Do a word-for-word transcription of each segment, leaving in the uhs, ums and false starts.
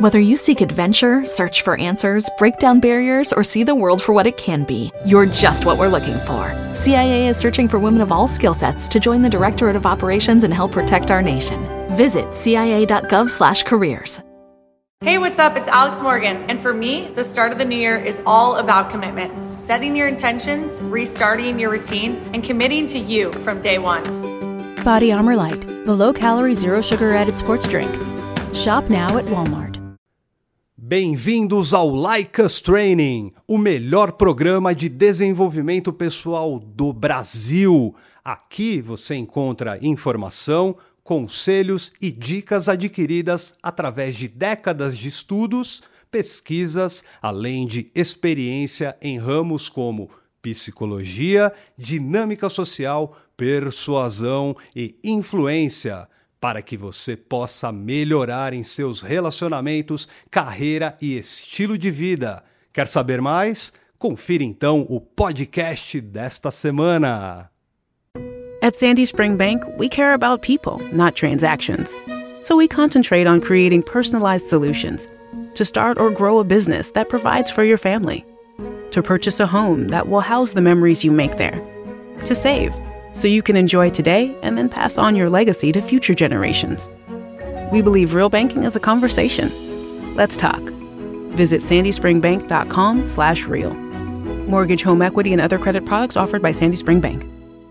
Whether you seek adventure, search for answers, break down barriers, or see the world for what it can be, you're just what we're looking for. C I A is searching for women of all skill sets to join the Directorate of Operations and help protect our nation. Visit C I A dot gov slash careers. Hey, what's up? It's Alex Morgan. And for me, the start of the new year is all about commitments. Setting your intentions, restarting your routine, and committing to you from day one. Body Armor Light, the low-calorie, zero-sugar-added sports drink. Shop now at Walmart. Bem-vindos ao Like Us Training, o melhor programa de desenvolvimento pessoal do Brasil. Aqui você encontra informação, conselhos e dicas adquiridas através de décadas de estudos, pesquisas, além de experiência em ramos como psicologia, dinâmica social, persuasão e influência, para que você possa melhorar em seus relacionamentos, carreira e estilo de vida. Quer saber mais? Confira então o podcast desta semana. At Sandy Spring Bank, we care about people, not transactions. So we concentrate on creating personalized solutions to start or grow a business that provides for your family, to purchase a home that will house the memories you make there, to save so you can enjoy today and then pass on your legacy to future generations. We believe real banking is a conversation. Let's talk. Visit sandy spring bank dot com slash real. Mortgage, home equity, and other credit products offered by Sandy Spring Bank.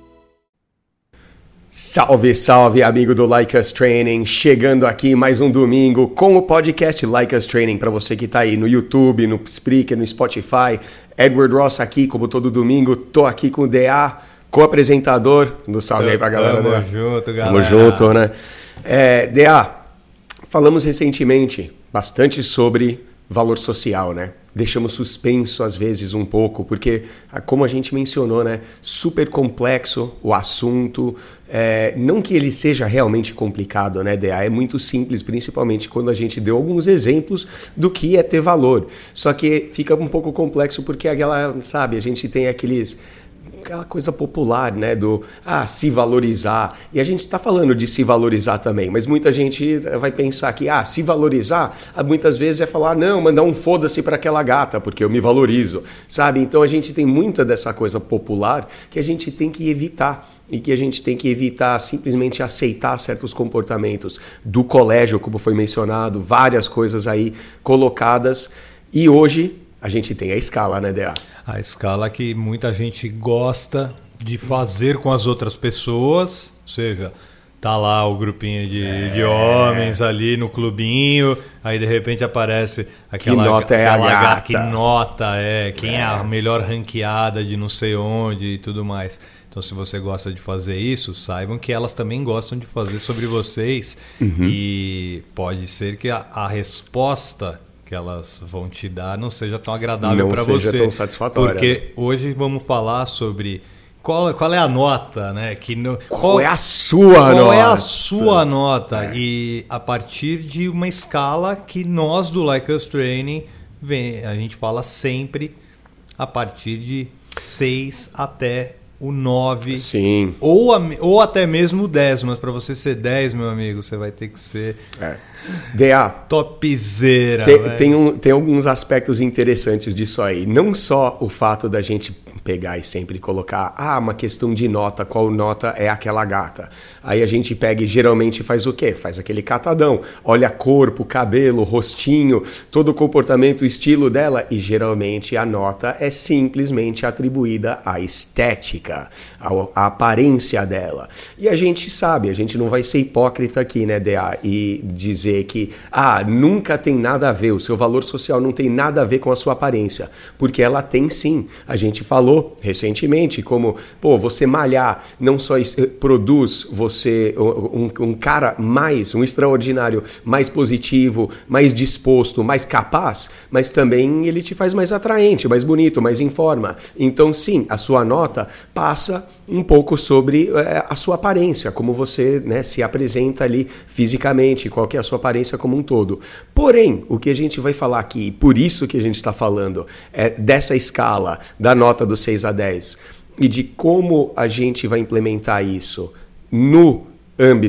Salve, salve, amigo do Like Us Training, chegando aqui mais um domingo com o podcast Like Us Training para você que tá aí no YouTube, no Spreaker, no Spotify. Edward Ross aqui, como todo domingo, tô aqui com o D A, co-apresentador. Do salve aí pra galera, Tamo né? junto, galera. Tamo junto, né? É, D A, falamos recentemente bastante sobre valor social, né? Deixamos suspenso às vezes um pouco, porque, como a gente mencionou, né, super complexo o assunto, é, não que ele seja realmente complicado, né, D A? É muito simples, principalmente quando a gente deu alguns exemplos do que é ter valor. Só que fica um pouco complexo porque aquela, sabe, a gente tem aqueles... aquela coisa popular, né, do ah, se valorizar. E a gente está falando de se valorizar também, mas muita gente vai pensar que ah, se valorizar, muitas vezes é falar, não, mandar um foda-se para aquela gata, porque eu me valorizo, sabe? Então a gente tem muita dessa coisa popular que a gente tem que evitar, e que a gente tem que evitar simplesmente aceitar certos comportamentos do colégio, como foi mencionado, várias coisas aí colocadas, e hoje a gente tem a escala, né, D A? A escala que muita gente gosta de fazer com as outras pessoas, ou seja, tá lá o grupinho de, é. de homens ali no clubinho, aí de repente aparece aquela, que nota é a aquela gata. Que nota é, quem é. é a melhor ranqueada de não sei onde e tudo mais. Então, se você gosta de fazer isso, saibam que elas também gostam de fazer sobre vocês, uhum. E pode ser que a, a resposta que elas vão te dar não seja tão agradável para você. Não seja tão satisfatória. Porque hoje vamos falar sobre qual, qual é a nota, né? Que no, qual, qual é a sua qual nota? Qual é a sua nota? É. E a partir de uma escala que nós do Like Us Training, vem, a gente fala sempre a partir de seis até o nove. Sim. Ou, a, ou até mesmo o dez, mas para você ser dez, meu amigo, você vai ter que ser... É. D A, topzera. Tem, tem, um, tem alguns aspectos interessantes disso aí. Não só o fato da gente pegar e sempre colocar, ah, uma questão de nota, qual nota é aquela gata. Aí a gente pega e geralmente faz o quê? Faz aquele catadão. Olha corpo, cabelo, rostinho, todo o comportamento, o estilo dela. E geralmente a nota é simplesmente atribuída à estética, à aparência dela. E a gente sabe, a gente não vai ser hipócrita aqui, né, D A? E dizer que ah, nunca tem nada a ver, o seu valor social não tem nada a ver com a sua aparência, porque ela tem sim. A gente falou recentemente como, pô, você malhar não só produz você um, um cara mais, um extraordinário, mais positivo, mais disposto, mais capaz, mas também ele te faz mais atraente, mais bonito, mais em forma. Então sim, a sua nota passa um pouco sobre é, a sua aparência, como você, né, se apresenta ali fisicamente, qual que é a sua aparência como um todo. Porém, o que a gente vai falar aqui, por isso que a gente está falando, é dessa escala da nota do seis a dez e de como a gente vai implementar isso no âmbito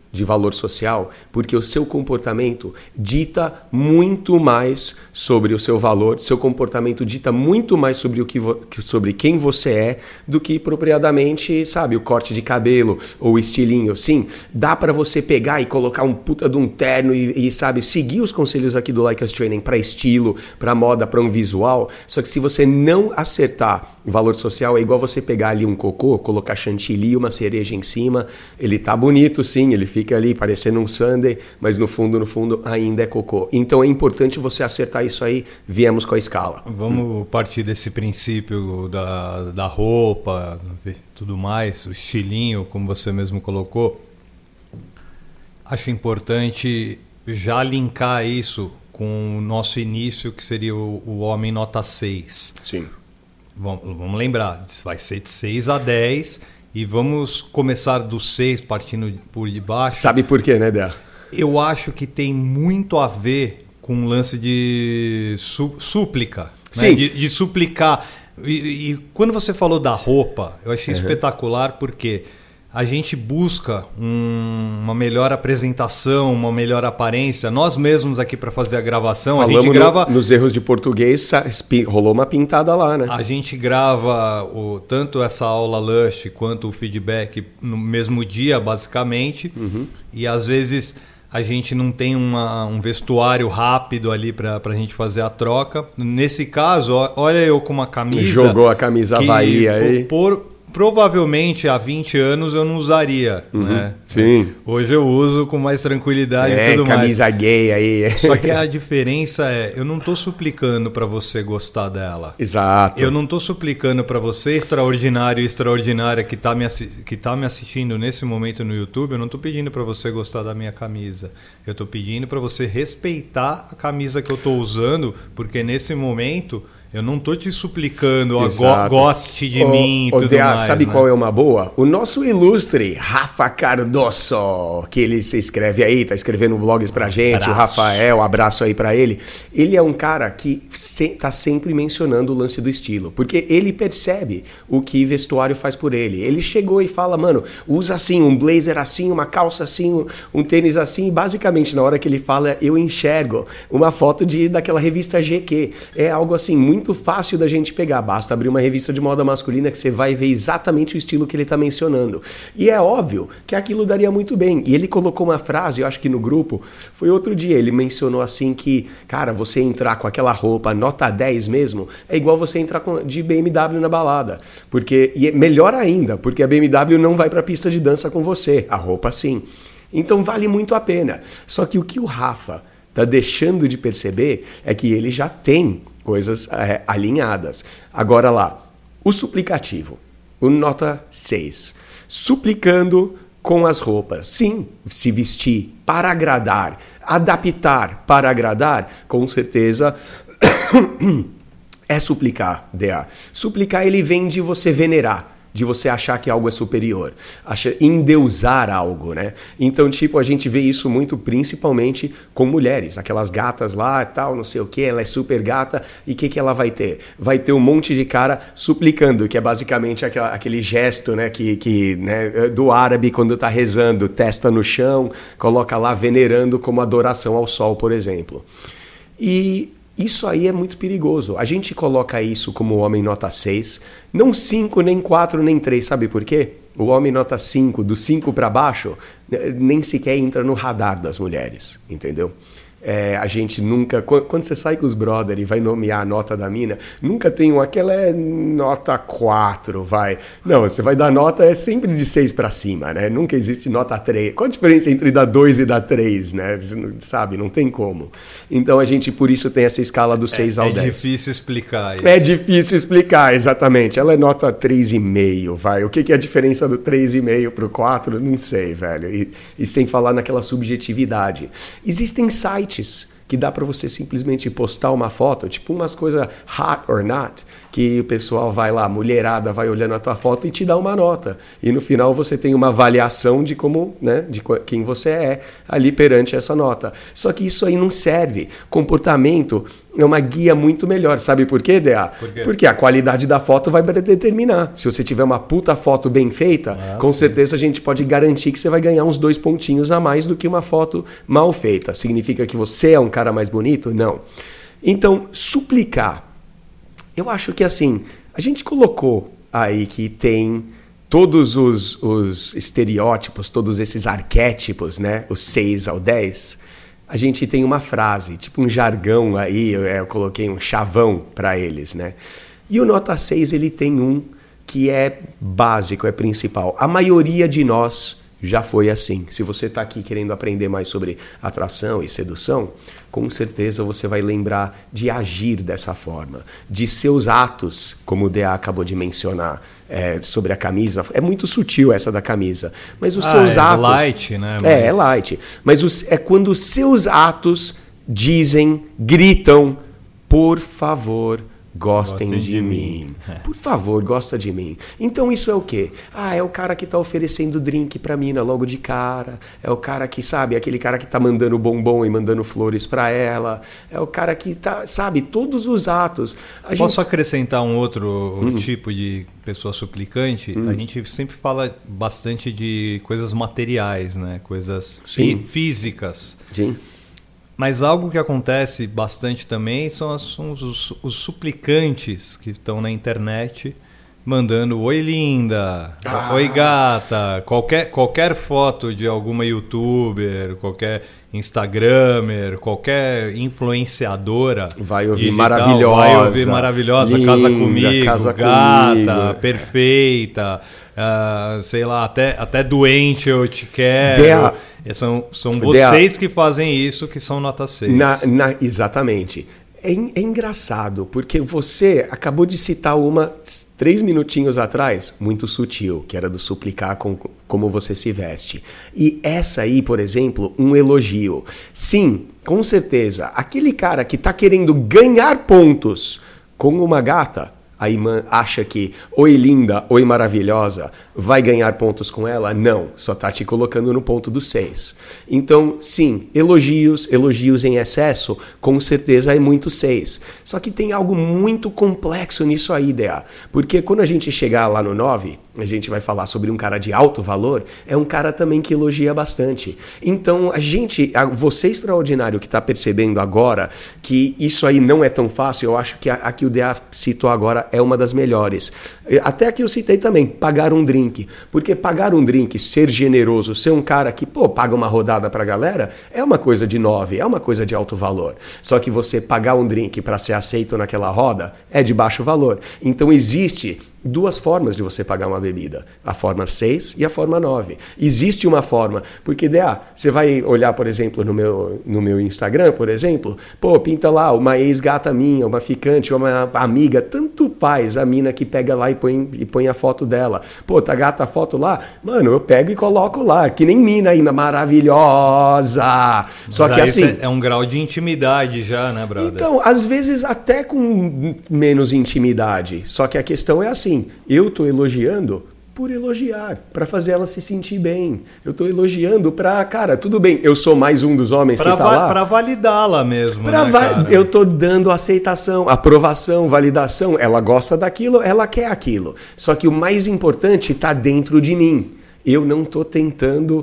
de valor social, porque o seu comportamento dita muito mais sobre o seu valor, seu comportamento dita muito mais sobre, o que vo- sobre quem você é do que propriamente, sabe, o corte de cabelo ou o estilinho. Sim, dá para você pegar e colocar um puta de um terno e, e sabe, seguir os conselhos aqui do Like Us Training para estilo, para moda, para um visual, só que se você não acertar o valor social, é igual você pegar ali um cocô, colocar chantilly e uma cereja em cima, ele tá bonito sim, ele fica ali parecendo um sundae, mas no fundo, no fundo, ainda é cocô. Então é importante você acertar isso aí, viemos com a escala. Vamos partir desse princípio da, da roupa, tudo mais, o estilinho, como você mesmo colocou. Acho importante já linkar isso com o nosso início, que seria o, o homem nota seis. Sim. Vamos, vamos lembrar, vai ser de seis a dez e vamos começar do seis partindo por debaixo. Sabe por quê, né, Dea? Eu acho que tem muito a ver com o lance de su, súplica, Sim. Né? de, de suplicar. E, e quando você falou da roupa, eu achei uhum. espetacular porque a gente busca um, uma melhor apresentação, uma melhor aparência. Nós mesmos aqui para fazer a gravação, Falamos a gente grava... No, nos erros de português, rolou uma pintada lá, né? A gente grava o, tanto essa aula Lush quanto o feedback no mesmo dia, basicamente. Uhum. E às vezes a gente não tem uma, um vestuário rápido ali para a gente fazer a troca. Nesse caso, olha eu com uma camisa... Jogou a camisa Havaí aí. Por, provavelmente há vinte anos eu não usaria, uhum, né? Sim. Hoje eu uso com mais tranquilidade é, e tudo mais. Camisa gay aí. Só que a diferença é, eu não estou suplicando para você gostar dela. Exato. Eu não estou suplicando para você, extraordinário e extraordinária, que está me, que tá me assistindo nesse momento no YouTube, eu não estou pedindo para você gostar da minha camisa. Eu estou pedindo para você respeitar a camisa que eu estou usando, porque nesse momento... Eu não tô te suplicando, ó, go- goste de ô, mim e ô, tudo Dea, mais. Sabe né? qual é uma boa? O nosso ilustre Rafa Cardoso, que ele se escreve aí, tá escrevendo blogs pra gente, abraço. O Rafael, abraço aí pra ele. Ele é um cara que se, tá sempre mencionando o lance do estilo, porque ele percebe o que vestuário faz por ele. Ele chegou e fala, mano, usa assim, um blazer assim, uma calça assim, um, um tênis assim, e basicamente na hora que ele fala, eu enxergo uma foto de, daquela revista G Q. É algo assim, muito muito fácil da gente pegar, basta abrir uma revista de moda masculina que você vai ver exatamente o estilo que ele está mencionando. E é óbvio que aquilo daria muito bem. E ele colocou uma frase, eu acho que no grupo, foi outro dia, ele mencionou assim que, cara, você entrar com aquela roupa nota dez mesmo, é igual você entrar com, de B M W na balada. Porque, e é melhor ainda, porque a B M W não vai para a pista de dança com você, a roupa sim. Então vale muito a pena. Só que o que o Rafa está deixando de perceber é que ele já tem coisas é, alinhadas. Agora lá, o suplicativo, o nota seis. Suplicando com as roupas. Sim, se vestir para agradar, adaptar para agradar, com certeza é suplicar, Dea. Suplicar, ele vem de você venerar, de você achar que algo é superior, achar, endeusar algo, né? Então, tipo, a gente vê isso muito principalmente com mulheres, aquelas gatas lá e tal, não sei o que, ela é super gata, e o que, que ela vai ter? Vai ter um monte de cara suplicando, que é basicamente aquela, aquele gesto, né, que, que, né, do árabe quando tá rezando, testa no chão, coloca lá venerando como adoração ao sol, por exemplo. E isso aí é muito perigoso. A gente coloca isso como homem nota seis, não cinco, nem quatro, nem três. Sabe por quê? O homem nota cinco, do cinco para baixo, nem sequer entra no radar das mulheres, entendeu? É, a gente nunca... Quando você sai com os brother e vai nomear a nota da mina, nunca tem um... Aquela é nota quatro, vai. Não, você vai dar nota é sempre de seis para cima, né? Nunca existe nota três. Qual a diferença entre dar dois e dar três, né? Você sabe, não tem como. Então a gente, por isso, tem essa escala do seis é, ao é dez. É difícil explicar isso. É difícil explicar, exatamente. Ela é nota três vírgula cinco, vai. O que, que é a diferença do três vírgula cinco pro quatro? Não sei, velho. E, e sem falar naquela subjetividade. Existem sites que dá para você simplesmente postar uma foto, tipo umas coisas hot or not, que o pessoal vai lá, mulherada, vai olhando a tua foto e te dá uma nota. E no final você tem uma avaliação de como, né, de quem você é ali perante essa nota. Só que isso aí não serve. Comportamento é uma guia muito melhor. Sabe por quê, D A? Por quê? Porque a qualidade da foto vai determinar. Se você tiver uma puta foto bem feita, ah, com sim. certeza a gente pode garantir que você vai ganhar uns dois pontinhos a mais do que uma foto mal feita. Significa que você é um cara mais bonito? Não. Então, suplicar. Eu acho que assim, a gente colocou aí que tem todos os, os estereótipos, todos esses arquétipos, né? Os seis ao dez. A gente tem uma frase, tipo um jargão aí, eu, eu coloquei um chavão para eles, né? E o nota seis, ele tem um que é básico, é principal. A maioria de nós já foi assim. Se você está aqui querendo aprender mais sobre atração e sedução, com certeza você vai lembrar de agir dessa forma, de seus atos, como o D A acabou de mencionar, é, sobre a camisa. É muito sutil essa da camisa, mas os ah, seus é atos... light, né? Mas... É, é light. Mas os, é quando os seus atos dizem, gritam, por favor, gostem, gostem de, de mim. mim. É. Por favor, gosta de mim. Então isso é o quê? Ah, é o cara que tá oferecendo drink pra mina logo de cara. É o cara que, sabe, aquele cara que tá mandando bombom e mandando flores pra ela. É o cara que tá, sabe, todos os atos. A Posso gente... acrescentar um outro hum. tipo de pessoa suplicante? Hum. A gente sempre fala bastante de coisas materiais, né? Coisas fí- físicas. Sim. Mas algo que acontece bastante também são, as, são os, os suplicantes que estão na internet mandando oi linda, ah. oi gata, qualquer, qualquer foto de alguma youtuber, qualquer instagramer, qualquer influenciadora vai ouvir digital, maravilhosa, vai ouvir maravilhosa, linda, casa comigo, casa gata, comigo. perfeita, uh, sei lá, até, até doente eu te quero. Dea, são, são vocês Dea, que fazem isso, que são nota seis. Na, na, exatamente. É, é engraçado, porque você acabou de citar uma três minutinhos atrás, muito sutil, que era do suplicar com como você se veste. E essa aí, por exemplo, um elogio. Sim, com certeza, aquele cara que está querendo ganhar pontos com uma gata, aí acha que oi linda, oi maravilhosa, vai ganhar pontos com ela? Não, só está te colocando no ponto do seis. Então, sim, elogios, elogios em excesso, com certeza é muito seis. Só que tem algo muito complexo nisso aí, D A. Porque quando a gente chegar lá no nove, a gente vai falar sobre um cara de alto valor, é um cara também que elogia bastante. Então, a gente, você extraordinário que está percebendo agora que isso aí não é tão fácil, eu acho que a, a que o D A citou agora é uma das melhores. Até aqui eu citei também, pagar um drink. Porque pagar um drink, ser generoso, ser um cara que, pô, paga uma rodada pra galera, é uma coisa de nove, é uma coisa de alto valor. Só que você pagar um drink para ser aceito naquela roda é de baixo valor. Então existe duas formas de você pagar uma bebida, a forma seis e a forma nove. Existe uma forma, porque D A, você vai olhar, por exemplo, no meu, no meu Instagram, por exemplo, pô, pinta lá uma ex-gata minha, uma ficante, uma amiga, tanto faz a mina que pega lá e põe, e põe a foto dela. Pô, tá gata a foto lá? Mano, eu pego e coloco lá, que nem mina ainda, maravilhosa. Mas só que assim... É um grau de intimidade já, né, brother? Então, às vezes até com menos intimidade, só que a questão é assim, eu estou elogiando por elogiar, para fazer ela se sentir bem. Eu estou elogiando para, cara, tudo bem, eu sou mais um dos homens pra que está lá. Para validá-la mesmo, pra né, va- cara? Eu estou dando aceitação, aprovação, validação. Ela gosta daquilo, ela quer aquilo. Só que o mais importante está dentro de mim. Eu não estou tentando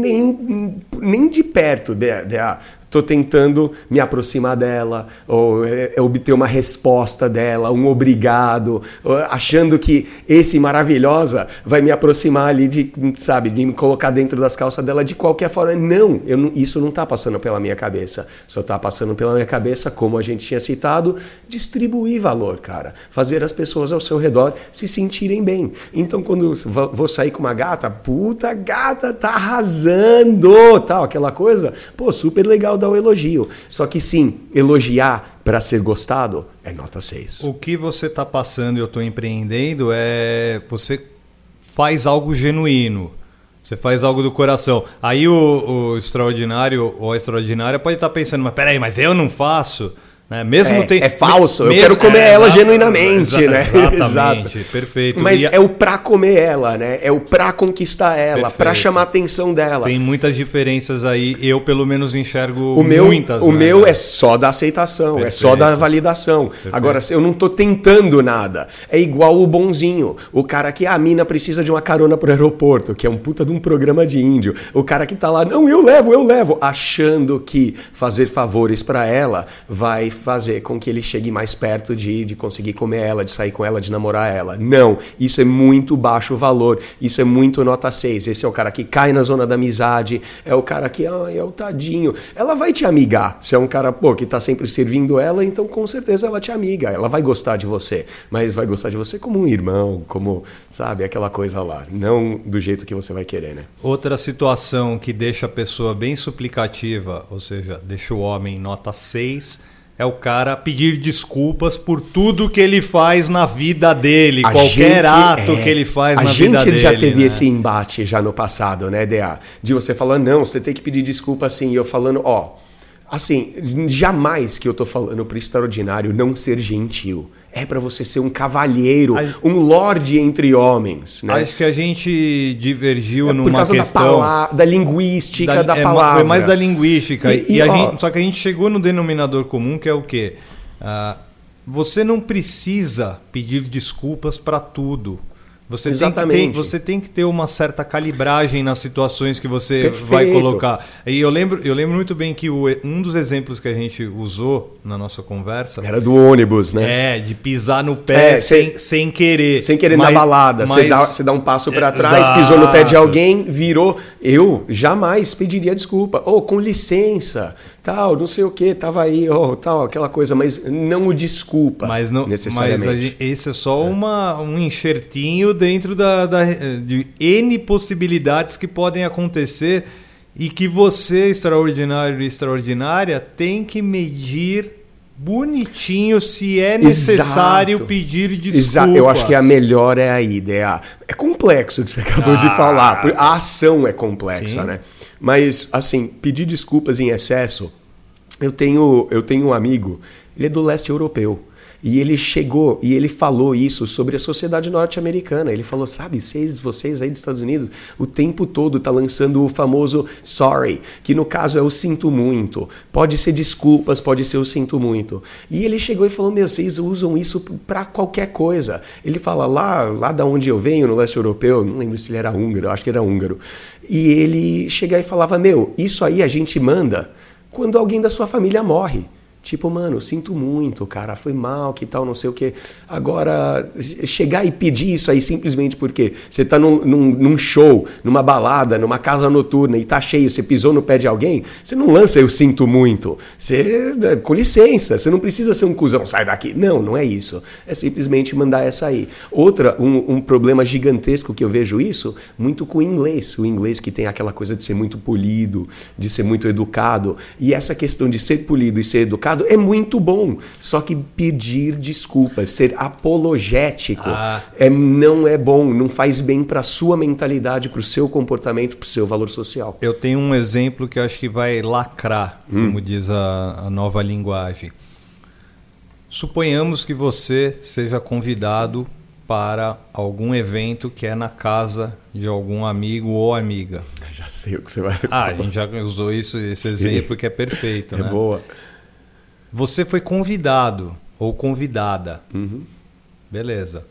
nem, nem de perto, de, de, estou tentando me aproximar dela, ou é, obter uma resposta dela, um obrigado, achando que esse maravilhosa vai me aproximar ali de, sabe, de me colocar dentro das calças dela de qualquer forma. Não, eu não isso não está passando pela minha cabeça. Só está passando pela minha cabeça, como a gente tinha citado, distribuir valor, cara. Fazer as pessoas ao seu redor se sentirem bem. Então, quando vou sair com uma gata, puta, gata, tá arrasando, tal, aquela coisa, pô, super legal dar o elogio. Só que sim, elogiar para ser gostado é nota seis. O que você está passando e eu estou empreendendo é... Você faz algo genuíno. Você faz algo do coração. Aí o, o extraordinário ou a extraordinária pode estar pensando, mas peraí, mas eu não faço... Né? Mesmo é, tem, é falso, mesmo, eu quero comer é, ela exa- genuinamente, exa- né? Exatamente, Exato. Perfeito. Mas e é o pra comer ela, né? É o pra conquistar ela, Perfeito. Pra chamar a atenção dela. Tem muitas diferenças aí, eu pelo menos enxergo o meu, muitas. O né, meu cara? é só da aceitação, Perfeito. é só da validação. Perfeito. Agora, eu não tô tentando nada. É igual o bonzinho, o cara que a mina precisa de uma carona pro aeroporto, que é um puta de um programa de índio. O cara que tá lá, não, eu levo, eu levo, achando que fazer favores pra ela vai fazer com que ele chegue mais perto de, de conseguir comer ela, de sair com ela, de namorar ela. Não, isso é muito baixo valor, isso é muito nota seis. Esse é o cara que cai na zona da amizade, é o cara que, ah, é o tadinho. Ela vai te amigar, se é um cara, pô, que tá sempre servindo ela, então com certeza ela te amiga, ela vai gostar de você, mas vai gostar de você como um irmão, como, sabe, aquela coisa lá, não do jeito que você vai querer, né? Outra situação que deixa a pessoa bem suplicativa, ou seja, deixa o homem nota seis, é o cara pedir desculpas por tudo que ele faz na vida dele, a qualquer gente, ato é, que ele faz na vida dele. A gente já dele, teve né? esse embate já no passado, né, D A? De você falando, não, você tem que pedir desculpa assim, e eu falando, ó, assim, jamais que eu tô falando pro extraordinário não ser gentil. É pra você ser um cavalheiro, a... um lorde entre homens, né? Acho que a gente divergiu é numa por causa questão... Da, palavra, da linguística da, da é, palavra. Foi mais da linguística. E, e, e, a ó, gente, só que a gente chegou no denominador comum, que é o quê? Uh, você não precisa pedir desculpas para tudo. Você tem, que ter, você tem que ter uma certa calibragem nas situações que você Perfeito. vai colocar. E eu lembro, eu lembro muito bem que o, um dos exemplos que a gente usou na nossa conversa... Era do ônibus, né? É, de pisar no pé é, sem, sem querer. Sem querer mas, na balada. Mas, você, dá, você dá um passo para é, trás, exato. pisou no pé de alguém, virou. Eu jamais pediria desculpa. Ou oh, com licença, tal, não sei o que, tava aí, oh, tal, aquela coisa, mas não o desculpa. Mas, não, necessariamente. mas a, esse é só uma, um enxertinho dentro da, da, de N possibilidades que podem acontecer e que você, extraordinário e extraordinária, tem que medir bonitinho se é necessário Exato. pedir desculpas. Exato. Eu acho que a melhor é a ideia. É complexo o que você acabou ah. de falar. A ação é complexa, Sim. né? Mas, assim, pedir desculpas em excesso... Eu tenho, eu tenho um amigo, ele é do leste europeu. E ele chegou e ele falou isso sobre a sociedade norte-americana. Ele falou, sabe, vocês, vocês aí dos Estados Unidos, o tempo todo tá lançando o famoso sorry, que no caso é o sinto muito. Pode ser desculpas, pode ser o sinto muito. E ele chegou e falou, meu, vocês usam isso para qualquer coisa. Ele fala, lá, lá da onde eu venho, no leste europeu, não lembro se ele era húngaro, acho que era húngaro. E ele chegava e falava, meu, isso aí a gente manda quando alguém da sua família morre. Tipo, mano, sinto muito, cara, foi mal, que tal, não sei o quê. Agora, chegar e pedir isso aí simplesmente porque você tá num, num, num show, numa balada, numa casa noturna e tá cheio, você pisou no pé de alguém, você não lança eu sinto muito. Você, com licença, você não precisa ser um cuzão, sai daqui. Não, não é isso. É simplesmente mandar essa aí. Outra, um, um problema gigantesco que eu vejo isso, muito com o inglês. O inglês que tem aquela coisa de ser muito polido, de ser muito educado. E essa questão de ser polido e ser educado é muito bom, só que pedir desculpas, ser apologético ah. é, não é bom, não faz bem para a sua mentalidade, para o seu comportamento, para o seu valor social. Eu tenho um exemplo que eu acho que vai lacrar, hum. como diz a, a nova linguagem. Suponhamos que você seja convidado para algum evento que é na casa de algum amigo ou amiga. Já sei o que você vai ah, falar. A gente já usou isso, esse Sim. exemplo que é perfeito. É né? boa. Você foi convidado ou convidada. Uhum. Beleza.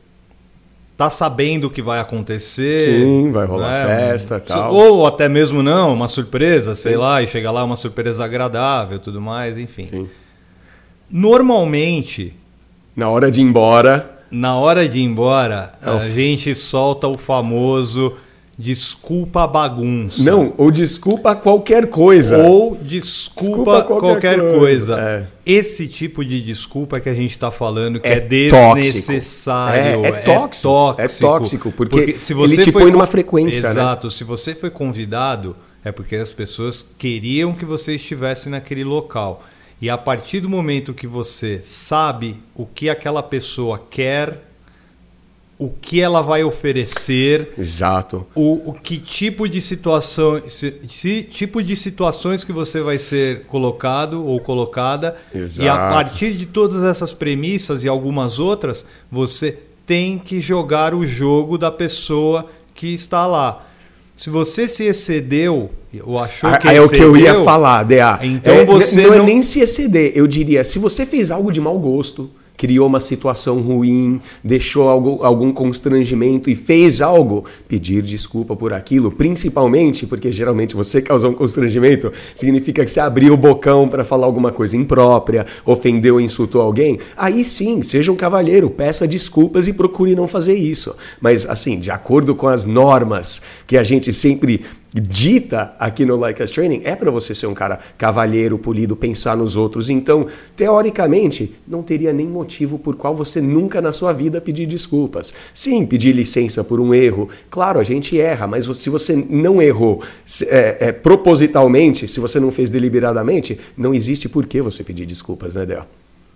Tá sabendo o que vai acontecer. Sim, vai rolar né? festa e tal. Ou até mesmo não, uma surpresa, sei Sim. lá, e chega lá uma surpresa agradável, tudo mais, enfim. Sim. Normalmente... Na hora de ir embora... Na hora de ir embora, é a gente solta o famoso... Desculpa a bagunça. Não, ou desculpa qualquer coisa. Ou desculpa, desculpa qualquer, qualquer coisa. coisa. É. Esse tipo de desculpa que a gente está falando que é, é É, desnecessário. é, tóxico. é tóxico. É tóxico, porque, porque se você ele te foi, põe numa frequência. Exato. Né? Se você foi convidado, é porque as pessoas queriam que você estivesse naquele local. E a partir do momento que você sabe o que aquela pessoa quer... o que ela vai oferecer. Exato. O, o que tipo de situação, se, se, tipo de situações que você vai ser colocado ou colocada. Exato. E a partir de todas essas premissas e algumas outras, você tem que jogar o jogo da pessoa que está lá. Se você se excedeu ou achou que é excedeu... É o que eu ia falar, D A. Então é, você não, não é nem se exceder. Eu diria, se você fez algo de mau gosto, criou uma situação ruim, deixou algo, algum constrangimento e fez algo, pedir desculpa por aquilo, principalmente porque geralmente você causou um constrangimento, significa que você abriu o bocão para falar alguma coisa imprópria, ofendeu ou insultou alguém, aí sim, seja um cavalheiro, peça desculpas e procure não fazer isso. Mas assim, de acordo com as normas que a gente sempre dita aqui no Like Us Training, é para você ser um cara cavalheiro, polido, pensar nos outros. Então, teoricamente, não teria nem motivo por qual você nunca na sua vida pedir desculpas. Sim, pedir licença por um erro. Claro, a gente erra, mas se você não errou é, é, propositalmente, se você não fez deliberadamente, não existe por que você pedir desculpas, né, Del?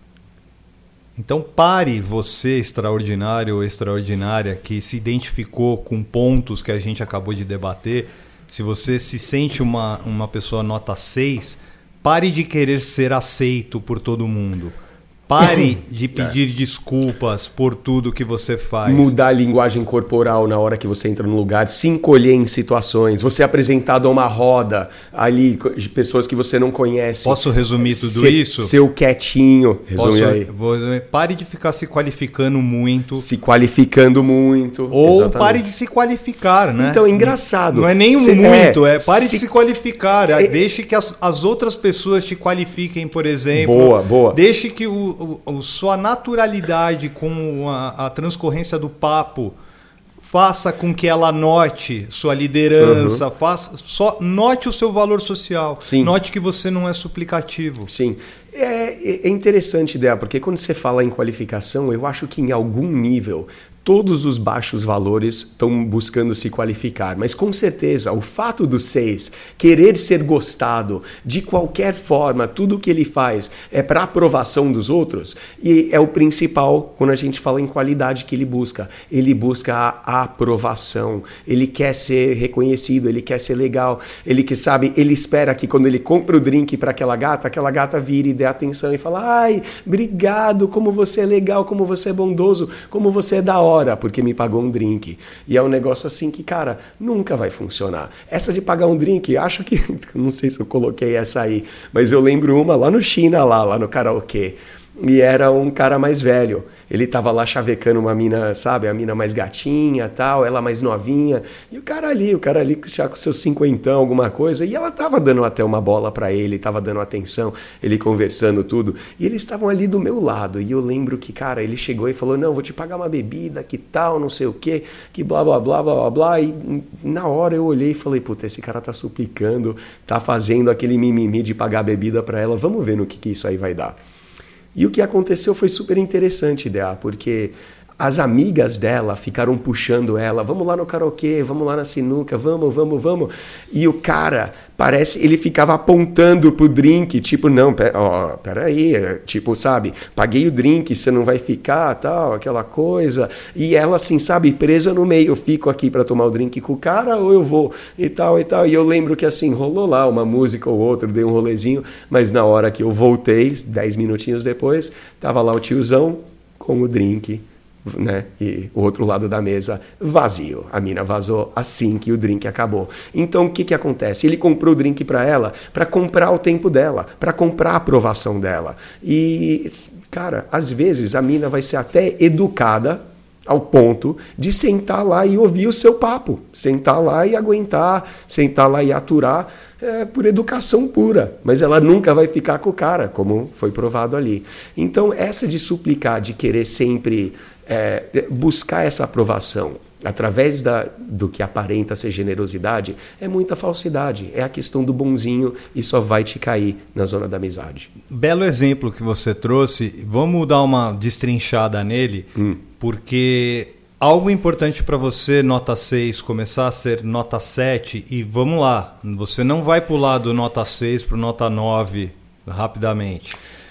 Então pare, você extraordinário ou extraordinária que se identificou com pontos que a gente acabou de debater. Se você se sente uma, uma pessoa nota seis, pare de querer ser aceito por todo mundo. Pare de pedir é. desculpas por tudo que você faz. Mudar a linguagem corporal na hora que você entra no lugar, se encolher em situações. Você é apresentado a uma roda ali de pessoas que você não conhece. Posso resumir tudo ser, isso? Seu quietinho. Resume Posso, aí. Vou, pare de ficar se qualificando muito. Se qualificando muito. Ou exatamente. Pare de se qualificar, né? Então, é engraçado. Não é nem se, muito, é, é pare se, de se qualificar. É, deixe que as, as outras pessoas te qualifiquem, por exemplo. Boa, boa. Deixe que o O, o, sua naturalidade com a, a transcorrência do papo faça com que ela note sua liderança, uhum. faça, só note o seu valor social. Sim. Note que você não é suplicativo. Sim. É, é interessante, Dea, porque quando você fala em qualificação, eu acho que em algum nível todos os baixos valores estão buscando se qualificar, mas com certeza o fato do seis querer ser gostado de qualquer forma, tudo que ele faz é para aprovação dos outros, e é o principal quando a gente fala em qualidade que ele busca. Ele busca a aprovação, ele quer ser reconhecido, ele quer ser legal, ele que sabe, ele espera que quando ele compra o drink para aquela gata, aquela gata vire e dê atenção e fala: ai, obrigado, como você é legal, como você é bondoso, como você é da hora, porque me pagou um drink. E é um negócio assim que, cara, nunca vai funcionar. Essa de pagar um drink, acho que... Não sei se eu coloquei essa aí, mas eu lembro uma lá no China, lá, lá no karaokê. E era um cara mais velho. Ele tava lá chavecando uma mina, sabe? A mina mais gatinha, tal, ela mais novinha. E o cara ali, o cara ali já com seus cinquentão, alguma coisa. E ela tava dando até uma bola pra ele, tava dando atenção, ele conversando tudo. E eles estavam ali do meu lado. E eu lembro que, cara, ele chegou e falou: não, vou te pagar uma bebida, que tal, não sei o quê, que blá, blá, blá, blá, blá, blá. E na hora eu olhei e falei: puta, esse cara tá suplicando, tá fazendo aquele mimimi de pagar a bebida pra ela. Vamos ver no que, que isso aí vai dar. E o que aconteceu foi super interessante, Dea, porque as amigas dela ficaram puxando ela: vamos lá no karaokê, vamos lá na sinuca, vamos, vamos, vamos. E o cara, parece, ele ficava apontando pro drink, tipo, não, pera, ó, peraí, tipo, sabe, paguei o drink, você não vai ficar, tal, aquela coisa. E ela, assim, sabe, presa no meio: eu fico aqui pra tomar o drink com o cara ou eu vou, e tal, e tal. E eu lembro que, assim, rolou lá uma música ou outra, dei um rolezinho, mas na hora que eu voltei, dez minutinhos depois, tava lá o tiozão com o drink, né? E o outro lado da mesa vazio. A mina vazou assim que o drink acabou. Então o que que acontece? Ele comprou o drink para ela, para comprar o tempo dela, para comprar a aprovação dela. E, cara, às vezes a mina vai ser até educada ao ponto de sentar lá e ouvir o seu papo, sentar lá e aguentar, sentar lá e aturar, é, por educação pura, mas ela nunca vai ficar com o cara, como foi provado ali. Então essa de suplicar, de querer sempre é, buscar essa aprovação através da, do que aparenta ser generosidade, é muita falsidade, é a questão do bonzinho e só vai te cair na zona da amizade. Belo exemplo que você trouxe, vamos dar uma destrinchada nele, hum. porque algo importante para você, nota seis, começar a ser nota sete, e vamos lá, você não vai pular do nota seis para o nota nove rapidamente.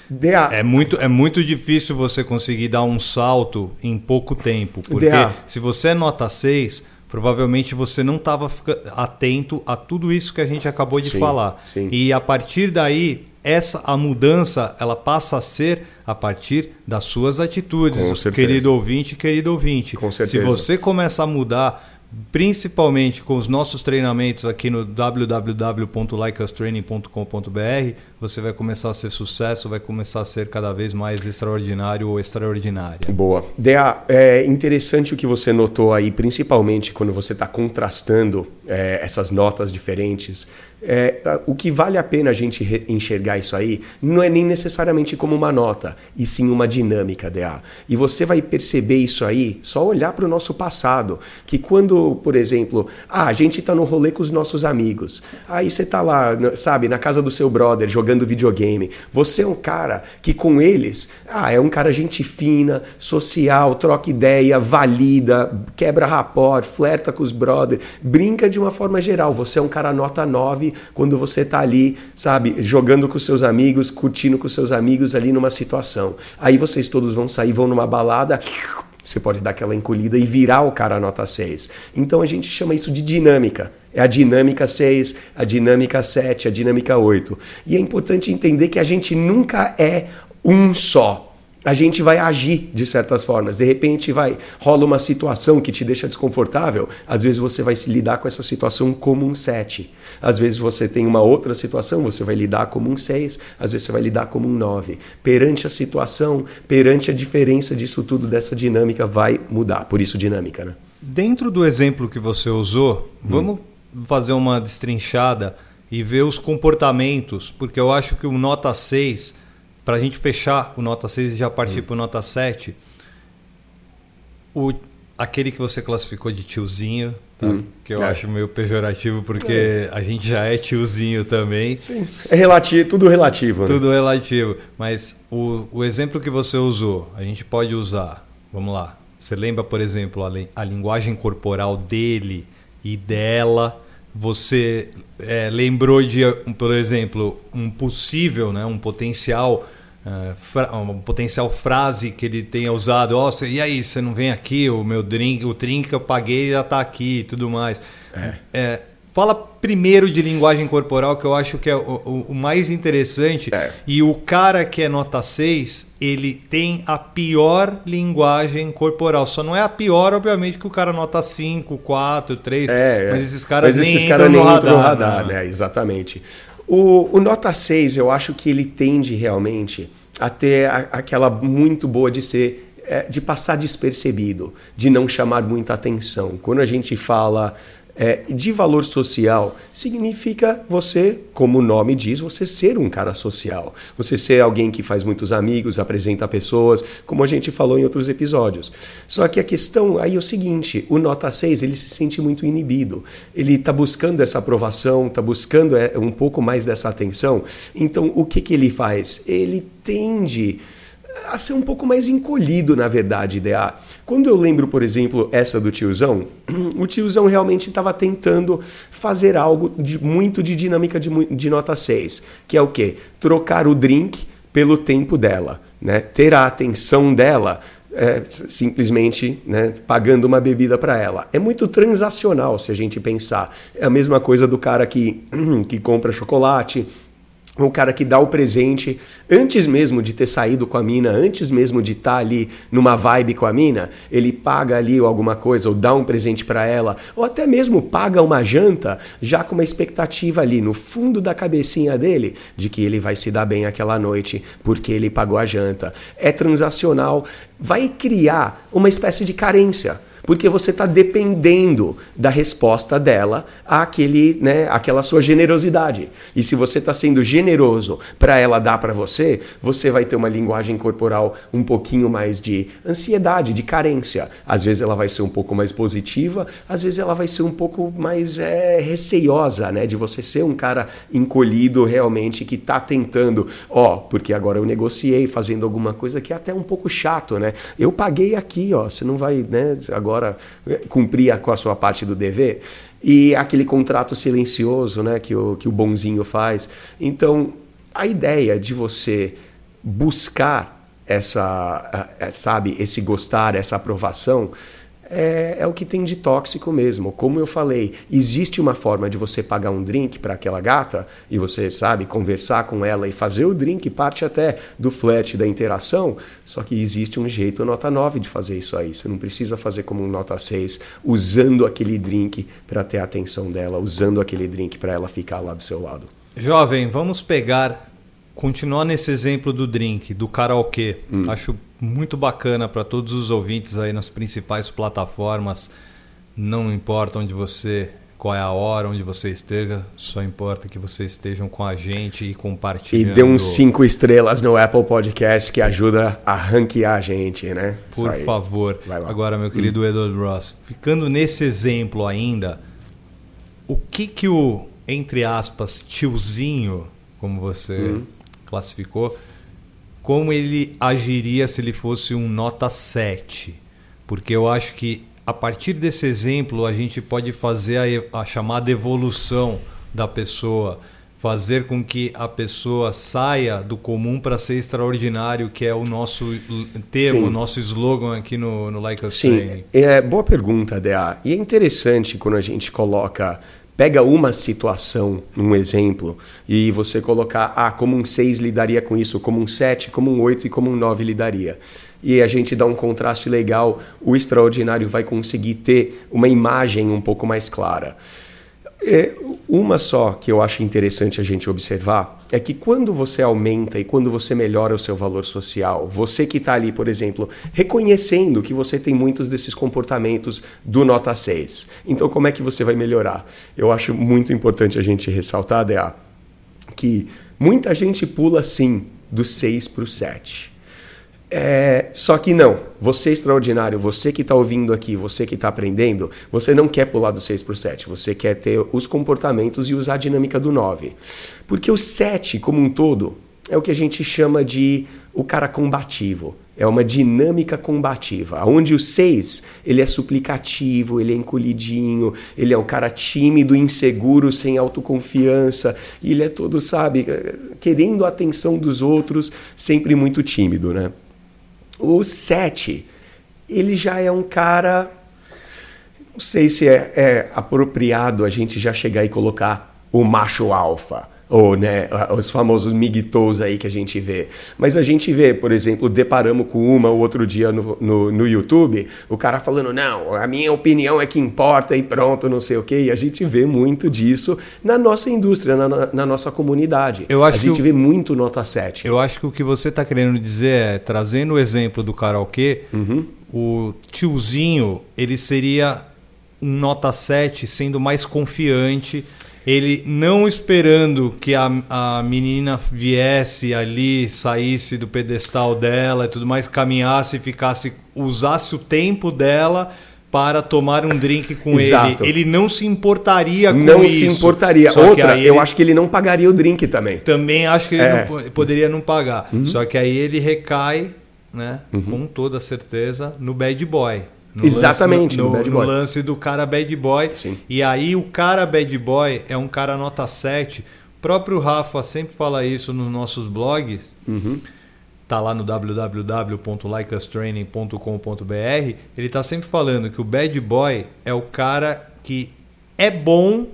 É muito, é muito difícil você conseguir dar um salto em pouco tempo. Porque D A. se você é nota seis, provavelmente você não estava atento a tudo isso que a gente acabou de sim, falar. Sim. E a partir daí, essa, a mudança ela passa a ser a partir das suas atitudes, querido ouvinte, querido ouvinte. Com certeza. Se você começa a mudar, principalmente com os nossos treinamentos aqui no w w w ponto like us training ponto com ponto b r, você vai começar a ser sucesso, vai começar a ser cada vez mais extraordinário ou extraordinária. Boa. D A, é interessante o que você notou aí, principalmente quando você está contrastando é, essas notas diferentes. É, o que vale a pena a gente re- enxergar isso aí não é nem necessariamente como uma nota, e sim uma dinâmica, D A. E você vai perceber isso aí só olhar para o nosso passado, que quando, por exemplo, ah, a gente está no rolê com os nossos amigos, aí você está lá, sabe, na casa do seu brother, jogando videogame, você é um cara que com eles, ah, é um cara gente fina, social, troca ideia, valida, quebra rapport, flerta com os brothers, brinca de uma forma geral, você é um cara nota nove quando você tá ali, sabe, jogando com seus amigos, curtindo com seus amigos ali numa situação. Aí vocês todos vão sair, vão numa balada, você pode dar aquela encolhida e virar o cara nota seis. Então a gente chama isso de dinâmica. É a dinâmica seis, a dinâmica sete, a dinâmica oito. E é importante entender que a gente nunca é um só. A gente vai agir de certas formas. De repente vai rola uma situação que te deixa desconfortável. Às vezes você vai se lidar com essa situação como um sete. Às vezes você tem uma outra situação, você vai lidar como um seis. Às vezes você vai lidar como um nove. Perante a situação, perante a diferença disso tudo, dessa dinâmica, vai mudar. Por isso dinâmica, né? Dentro do exemplo que você usou, hum. vamos fazer uma destrinchada e ver os comportamentos. Porque eu acho que o nota seis... Para a gente fechar o nota seis e já partir hum. para o nota sete, o, aquele que você classificou de tiozinho, tá? hum. que eu é. acho meio pejorativo, porque é. a gente já é tiozinho também. Sim. É relativo, tudo relativo. Tudo né? relativo. Mas o, o exemplo que você usou, a gente pode usar. Vamos lá. Você lembra, por exemplo, a, a linguagem corporal dele e dela? Você é, lembrou de, por exemplo, um possível, né, um potencial, uh, fra- uma potencial frase que ele tenha usado. Oh, cê, e aí, você não vem aqui? O meu drink, o drink que eu paguei já está aqui e tudo mais. É. É, fala primeiro de linguagem corporal, que eu acho que é o, o, o mais interessante. É. E o cara que é nota seis, ele tem a pior linguagem corporal. Só não é a pior, obviamente, que o cara nota cinco, quatro, três. É, mas esses caras mas nem esses entram cara no nem radar. entram no radar, né? Exatamente. O, o nota seis, eu acho que ele tende realmente a ter a, aquela muito boa de ser... de passar despercebido, de não chamar muita atenção. Quando a gente fala é, de valor social, significa você, como o nome diz, você ser um cara social. Você ser alguém que faz muitos amigos, apresenta pessoas, como a gente falou em outros episódios. Só que a questão aí é o seguinte, o nota seis, ele se sente muito inibido. Ele está buscando essa aprovação, está buscando é, um pouco mais dessa atenção. Então, o que, que ele faz? Ele tende... a ser um pouco mais encolhido, na verdade, D A. Quando eu lembro, por exemplo, essa do tiozão, o tiozão realmente estava tentando fazer algo de, muito de dinâmica de, de nota seis, que é o quê? Trocar o drink pelo tempo dela, né? Ter a atenção dela, é, simplesmente, né, pagando uma bebida para ela. É muito transacional, se a gente pensar. É a mesma coisa do cara que, que compra chocolate, o cara que dá o presente antes mesmo de ter saído com a mina, antes mesmo de estar ali numa vibe com a mina, ele paga ali alguma coisa ou dá um presente para ela, ou até mesmo paga uma janta já com uma expectativa ali no fundo da cabecinha dele de que ele vai se dar bem aquela noite porque ele pagou a janta. É transacional, vai criar uma espécie de carência. Porque você está dependendo da resposta dela àquele, né, àquela sua generosidade. E se você está sendo generoso para ela dar para você, você vai ter uma linguagem corporal um pouquinho mais de ansiedade, de carência. Às vezes ela vai ser um pouco mais positiva, às vezes ela vai ser um pouco mais é, receiosa, né, de você ser um cara encolhido realmente que está tentando, ó, porque agora eu negociei fazendo alguma coisa que é até um pouco chato, né? Eu paguei aqui, ó, você não vai, né, agora agora cumprir com a sua parte do dever, e aquele contrato silencioso, né, que o, que o bonzinho faz. Então, a ideia de você buscar essa, sabe, esse gostar, essa aprovação, é, é o que tem de tóxico mesmo. Como eu falei, existe uma forma de você pagar um drink para aquela gata e você, sabe, conversar com ela e fazer o drink, parte até do flat, da interação, só que existe um jeito nota nove de fazer isso aí. Você não precisa fazer como um nota seis, usando aquele drink para ter a atenção dela, usando aquele drink para ela ficar lá do seu lado. Jovem, vamos pegar, continuar nesse exemplo do drink, do karaokê. Hum. Acho muito bacana para todos os ouvintes aí nas principais plataformas. Não importa onde você, qual é a hora, onde você esteja, só importa que vocês estejam com a gente e compartilhando. E dê uns cinco estrelas no Apple Podcast que ajuda a ranquear a gente, né? Por favor. Agora, meu querido hum. Edward Ross, ficando nesse exemplo ainda, o que que o, entre aspas, tiozinho, como você hum. classificou, como ele agiria se ele fosse um nota sete? Porque eu acho que a partir desse exemplo a gente pode fazer a, a chamada evolução da pessoa, fazer com que a pessoa saia do comum para ser extraordinário, que é o nosso termo, Sim. o nosso slogan aqui no, no Like Us Training. Sim, é, boa pergunta, D A. E é interessante quando a gente coloca... Pega uma situação, um exemplo, e você colocar, ah, como um seis lidaria com isso, como um sete, como um oito e como um nove lidaria. E a gente dá um contraste legal, o extraordinário vai conseguir ter uma imagem um pouco mais clara. É, uma só que eu acho interessante a gente observar é que quando você aumenta e quando você melhora o seu valor social, você que está ali, por exemplo, reconhecendo que você tem muitos desses comportamentos do nota seis. Então, como é que você vai melhorar? Eu acho muito importante a gente ressaltar, D A, que muita gente pula, sim, do seis para o sete. É, só que não, você é extraordinário, você que está ouvindo aqui, você que está aprendendo, você não quer pular do seis para o sete, você quer ter os comportamentos e usar a dinâmica do nove. Porque o sete, como um todo, é o que a gente chama de o cara combativo, é uma dinâmica combativa, onde o seis, ele é suplicativo, ele é encolhidinho, ele é um cara tímido, inseguro, sem autoconfiança, e ele é todo, sabe, querendo a atenção dos outros, sempre muito tímido, né? O sete, ele já é um cara, não sei se é, é apropriado a gente já chegar e colocar o macho alfa, ou né, os famosos migtos aí que a gente vê. Mas a gente vê, por exemplo, deparamos com uma o outro dia no, no, no YouTube, o cara falando, não, a minha opinião é que importa e pronto, não sei o quê. E a gente vê muito disso na nossa indústria, na, na nossa comunidade. Eu acho a gente que vê muito nota sete. Eu acho que o que você está querendo dizer é, trazendo o exemplo do karaokê, uhum. o tiozinho, ele seria um nota sete sendo mais confiante, ele não esperando que a, a menina viesse ali, saísse do pedestal dela e tudo mais, caminhasse, ficasse, usasse o tempo dela para tomar um drink com Exato. ele. Ele não se importaria com não isso. Não se importaria. Só Outra, eu ele... acho que ele não pagaria o drink também. Também acho que ele é. não, poderia não pagar. Uhum. Só que aí ele recai, né, uhum. com toda certeza, no bad boy. No Exatamente, lance, no, no, bad no boy. lance do cara bad boy. Sim. E aí o cara bad boy é um cara nota sete. O próprio Rafa sempre fala isso nos nossos blogs. Uhum. Tá lá no w w w ponto like us training ponto com ponto b r. Ele tá sempre falando que o bad boy é o cara que é bom,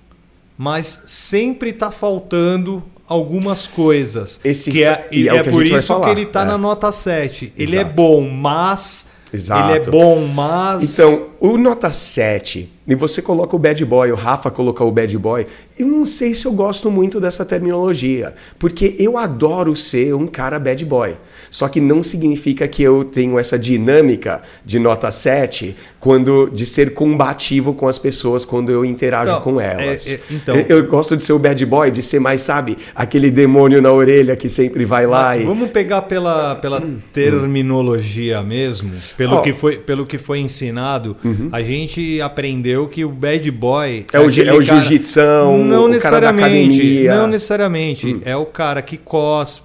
mas sempre tá faltando algumas coisas. Esse que é, e é, é por isso que ele tá é. na nota sete. Ele Exato. é bom, mas... Exato. Ele é bom, mas... Então, o nota sete, e você coloca o bad boy, o Rafa coloca o bad boy, eu não sei se eu gosto muito dessa terminologia, porque eu adoro ser um cara bad boy. Só que não significa que eu tenho essa dinâmica de nota sete quando, de ser combativo com as pessoas quando eu interajo então, com elas. É, é, então... eu, eu gosto de ser o bad boy, de ser mais, sabe, aquele demônio na orelha que sempre vai lá e... Vamos pegar pela, pela terminologia mesmo, pelo, oh. que foi, pelo que foi ensinado, uhum. a gente aprendeu que o bad boy... É, é o, é o jiu-jitsu, não o cara da academia. Não necessariamente. Hum. É o cara que cospe,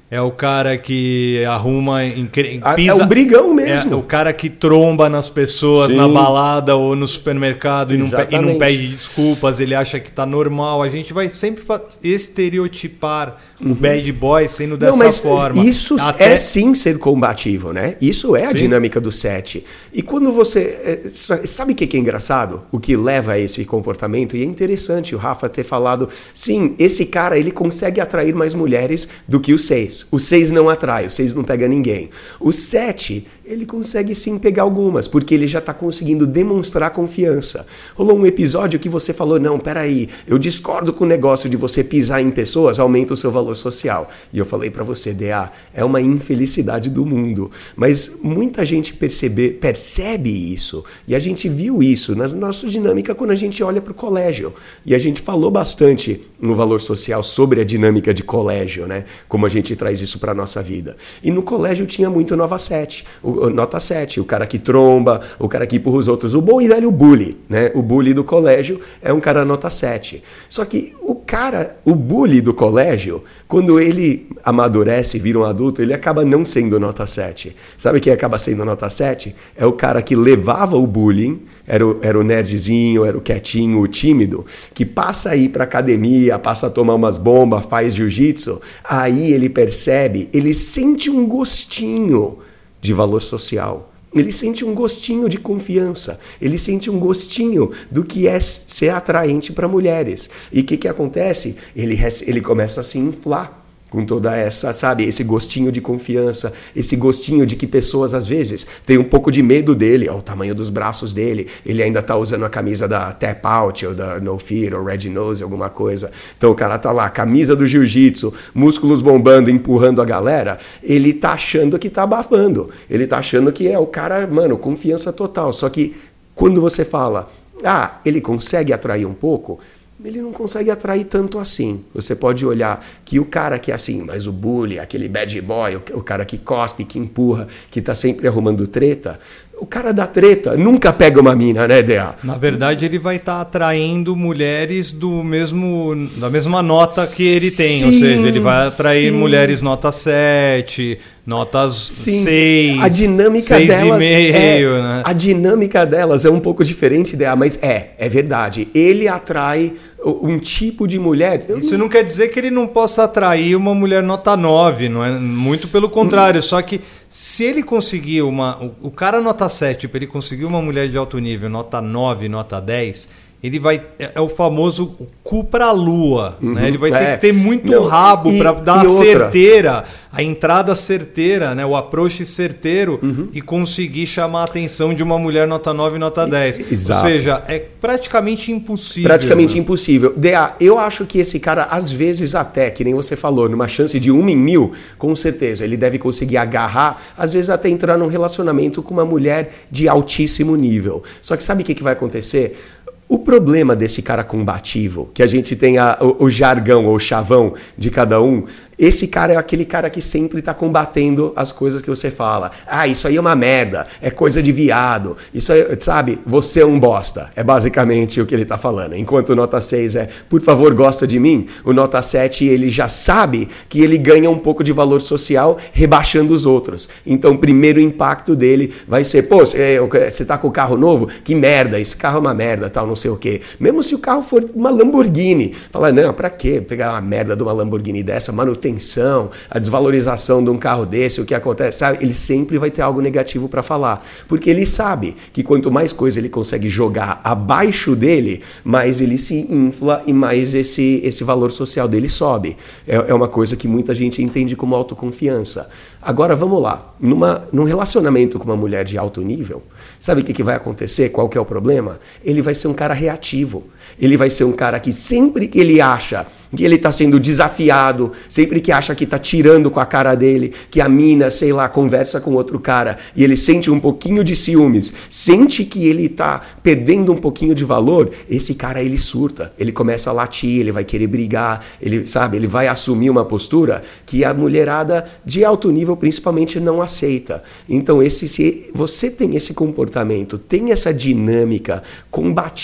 é o cara que arruma, incre... pisa... É um brigão mesmo. É o cara que tromba nas pessoas, sim, na balada ou no supermercado e não, e não pede desculpas, ele acha que tá normal. A gente vai sempre estereotipar uhum. o bad boy sendo dessa não, mas forma. Isso Até... é sim ser combativo, né? Isso é a sim. dinâmica do set. E quando você... Sabe o que é engraçado? O que leva a esse comportamento? E é interessante o Rafa ter falado, sim, esse cara ele consegue atrair mais mulheres do que o seis. O seis não atrai, o seis não pega ninguém. O sete, ele consegue sim pegar algumas, porque ele já está conseguindo demonstrar confiança. Rolou um episódio que você falou, não, peraí, eu discordo com o negócio de você pisar em pessoas, aumenta o seu valor social. E eu falei para você, D A, é uma infelicidade do mundo. Mas muita gente percebe, percebe isso, e a gente viu isso na nossa dinâmica quando a gente olha para o colégio. E a gente falou bastante no valor social sobre a dinâmica de colégio, né? Como a gente traz isso para a nossa vida. E no colégio tinha muito nova sete, o, nota sete, o cara que tromba, o cara que empurra os outros, o bom e velho bully, né? O bully do colégio é um cara nota sete. Só que o cara, o bully do colégio, quando ele amadurece e vira um adulto, ele acaba não sendo nota sete. Sabe quem acaba sendo nota sete? É o cara que levava o bullying, era o, era o nerdzinho, era o quietinho, o tímido, que passa a ir para academia, passa a tomar umas bombas, faz jiu-jitsu, aí ele percebe, ele sente um gostinho de valor social. Ele sente um gostinho de confiança. Ele sente um gostinho do que é ser atraente para mulheres. E o que, que acontece? Ele, ele começa a se inflar com toda essa, sabe, esse gostinho de confiança, esse gostinho de que pessoas às vezes têm um pouco de medo dele, ó, o tamanho dos braços dele, ele ainda tá usando a camisa da Tap Out, ou da No Fear, ou Red Nose, alguma coisa. Então o cara tá lá, camisa do jiu-jitsu, músculos bombando, empurrando a galera, ele tá achando que tá abafando, ele tá achando que é o cara, mano, confiança total. Só que quando você fala, ah, ele consegue atrair um pouco, ele não consegue atrair tanto assim. Você pode olhar que o cara que é assim, mas o bully, aquele bad boy, o cara que cospe, que empurra, que tá sempre arrumando treta, o cara da treta nunca pega uma mina, né, D A? Na verdade, ele vai estar tá atraindo mulheres do mesmo, da mesma nota que ele tem. Sim, ou seja, ele vai atrair sim. mulheres nota sete, notas sim. seis, a dinâmica seis delas e meio, é, né? A dinâmica delas é um pouco diferente, D A, mas é, é verdade. Ele atrai um tipo de mulher. Isso não quer dizer que ele não possa atrair uma mulher nota nove, não é? Muito pelo contrário, hum. só que se ele conseguir uma... O cara nota sete, para ele conseguir uma mulher de alto nível, nota nove, nota dez, ele vai... É o famoso cu pra lua, uhum, né? Ele vai ter é. que ter muito não, rabo para dar a certeira, a entrada certeira, né? O approach certeiro uhum. e conseguir chamar a atenção de uma mulher nota nove, nota dez. Exato. Ou seja, é praticamente impossível. Praticamente né? impossível. D A, eu acho que esse cara, às vezes até, que nem você falou, numa chance de uma em mil, com certeza, ele deve conseguir agarrar, às vezes até entrar num relacionamento com uma mulher de altíssimo nível. Só que sabe o que, que vai acontecer? O problema desse cara combativo, que a gente tem a, o, o jargão ou o chavão de cada um, esse cara é aquele cara que sempre está combatendo as coisas que você fala. Ah, isso aí é uma merda, é coisa de viado, isso aí, sabe, você é um bosta. É basicamente o que ele está falando. Enquanto o nota seis é, por favor, gosta de mim, o nota sete, ele já sabe que ele ganha um pouco de valor social rebaixando os outros. Então, o primeiro impacto dele vai ser, pô, você está com o carro novo? Que merda, esse carro é uma merda, tal, não sei o quê. Mesmo se o carro for uma Lamborghini, fala, não, pra quê pegar uma merda de uma Lamborghini dessa, manutenção, a desvalorização de um carro desse, o que acontece, sabe? Ele sempre vai ter algo negativo para falar, porque ele sabe que quanto mais coisa ele consegue jogar abaixo dele, mais ele se infla e mais esse, esse valor social dele sobe. É, é uma coisa que muita gente entende como autoconfiança. Agora, vamos lá. Numa, num relacionamento com uma mulher de alto nível, sabe o que, que vai acontecer? Qual que é o problema? Ele vai ser um cara reativo. Ele vai ser um cara que sempre que ele acha que ele está sendo desafiado, sempre que acha que está tirando com a cara dele, que a mina, sei lá, conversa com outro cara e ele sente um pouquinho de ciúmes, sente que ele está perdendo um pouquinho de valor, esse cara, ele surta, ele começa a latir, ele vai querer brigar, ele, sabe, ele vai assumir uma postura que a mulherada de alto nível principalmente não aceita. Então, esse, se você tem esse comportamento, tem essa dinâmica combativa,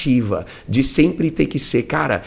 combativa, de sempre ter que ser, cara,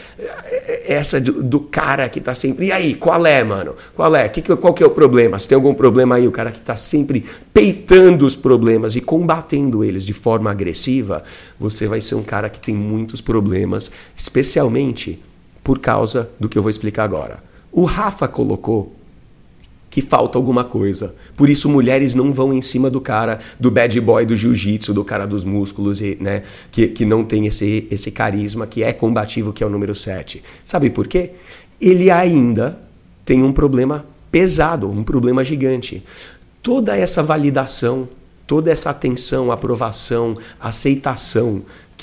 essa do, do cara que tá sempre, e aí, qual é, mano? Qual é? Que que, qual que é o problema? Se tem algum problema aí, o cara que tá sempre peitando os problemas e combatendo eles de forma agressiva, você vai ser um cara que tem muitos problemas, especialmente por causa do que eu vou explicar agora. O Rafa colocou que falta alguma coisa. Por isso, mulheres não vão em cima do cara, do bad boy do jiu-jitsu, do cara dos músculos, e, né, que, que não tem esse, esse carisma, que é combativo, que é o número sete. Sabe por quê? Ele ainda tem um problema pesado, um problema gigante. Toda essa validação, toda essa atenção, aprovação, aceitação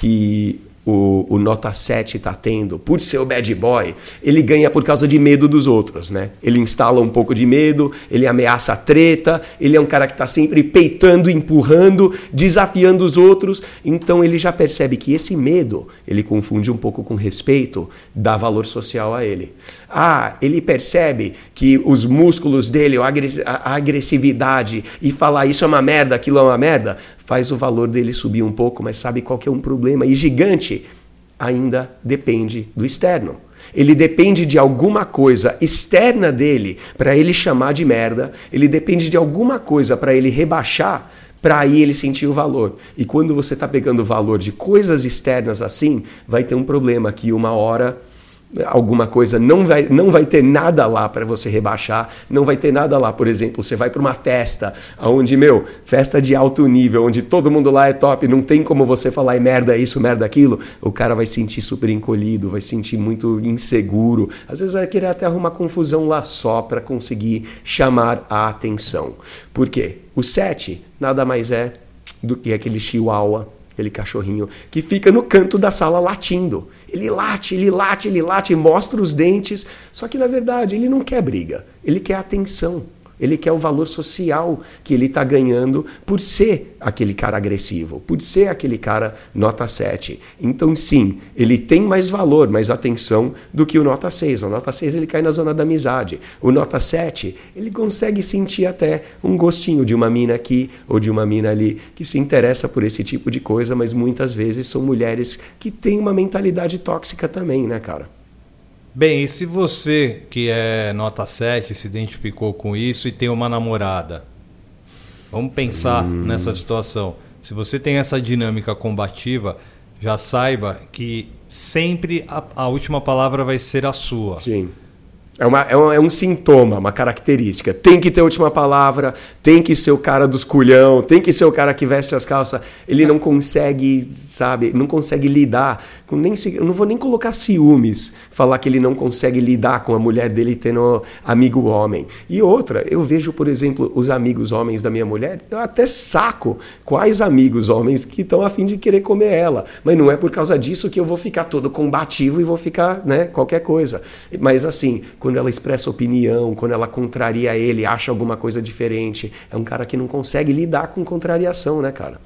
que O, o nota sete está tendo, por ser o bad boy, ele ganha por causa de medo dos outros, né? Ele instala um pouco de medo, ele ameaça a treta, ele é um cara que está sempre peitando, empurrando, desafiando os outros, então ele já percebe que esse medo, ele confunde um pouco com respeito, dá valor social a ele. Ah, ele percebe que os músculos dele, a agressividade, e falar isso é uma merda, aquilo é uma merda, faz o valor dele subir um pouco, mas sabe qual que é um problema? E gigante, ainda depende do externo. Ele depende de alguma coisa externa dele para ele chamar de merda, ele depende de alguma coisa para ele rebaixar, para aí ele sentir o valor. E quando você está pegando o valor de coisas externas assim, vai ter um problema que uma hora alguma coisa não vai, não vai ter nada lá para você rebaixar, não vai ter nada lá. Por exemplo, você vai para uma festa onde, meu, festa de alto nível, onde todo mundo lá é top, não tem como você falar é merda isso, merda aquilo, o cara vai se sentir super encolhido, vai se sentir muito inseguro, às vezes vai querer até arrumar confusão lá só para conseguir chamar a atenção. Por quê? O sete nada mais é do que aquele chihuahua, aquele cachorrinho que fica no canto da sala latindo. Ele late, ele late, ele late, mostra os dentes, só que na verdade ele não quer briga, ele quer atenção. Ele quer o valor social que ele está ganhando por ser aquele cara agressivo, por ser aquele cara nota sete. Então, sim, ele tem mais valor, mais atenção do que o nota seis. O nota seis ele cai na zona da amizade. O nota sete, ele consegue sentir até um gostinho de uma mina aqui ou de uma mina ali que se interessa por esse tipo de coisa, mas muitas vezes são mulheres que têm uma mentalidade tóxica também, né, cara? Bem, e se você que é nota sete se identificou com isso e tem uma namorada? Vamos pensar hum. nessa situação. Se você tem essa dinâmica combativa, já saiba que sempre a, a última palavra vai ser a sua. Sim. É, uma, é, um, é um sintoma, uma característica. Tem que ter a última palavra, tem que ser o cara dos culhão, tem que ser o cara que veste as calças. Ele não consegue, sabe, não consegue lidar com nem... Eu não vou nem colocar ciúmes, falar que ele não consegue lidar com a mulher dele tendo amigo homem. E outra, eu vejo, por exemplo, os amigos homens da minha mulher, eu até saco quais amigos homens que estão a fim de querer comer ela. Mas não é por causa disso que eu vou ficar todo combativo e vou ficar, né, qualquer coisa. Mas assim, quando ela expressa opinião, quando ela contraria ele, acha alguma coisa diferente, é um cara que não consegue lidar com contrariação, né, cara?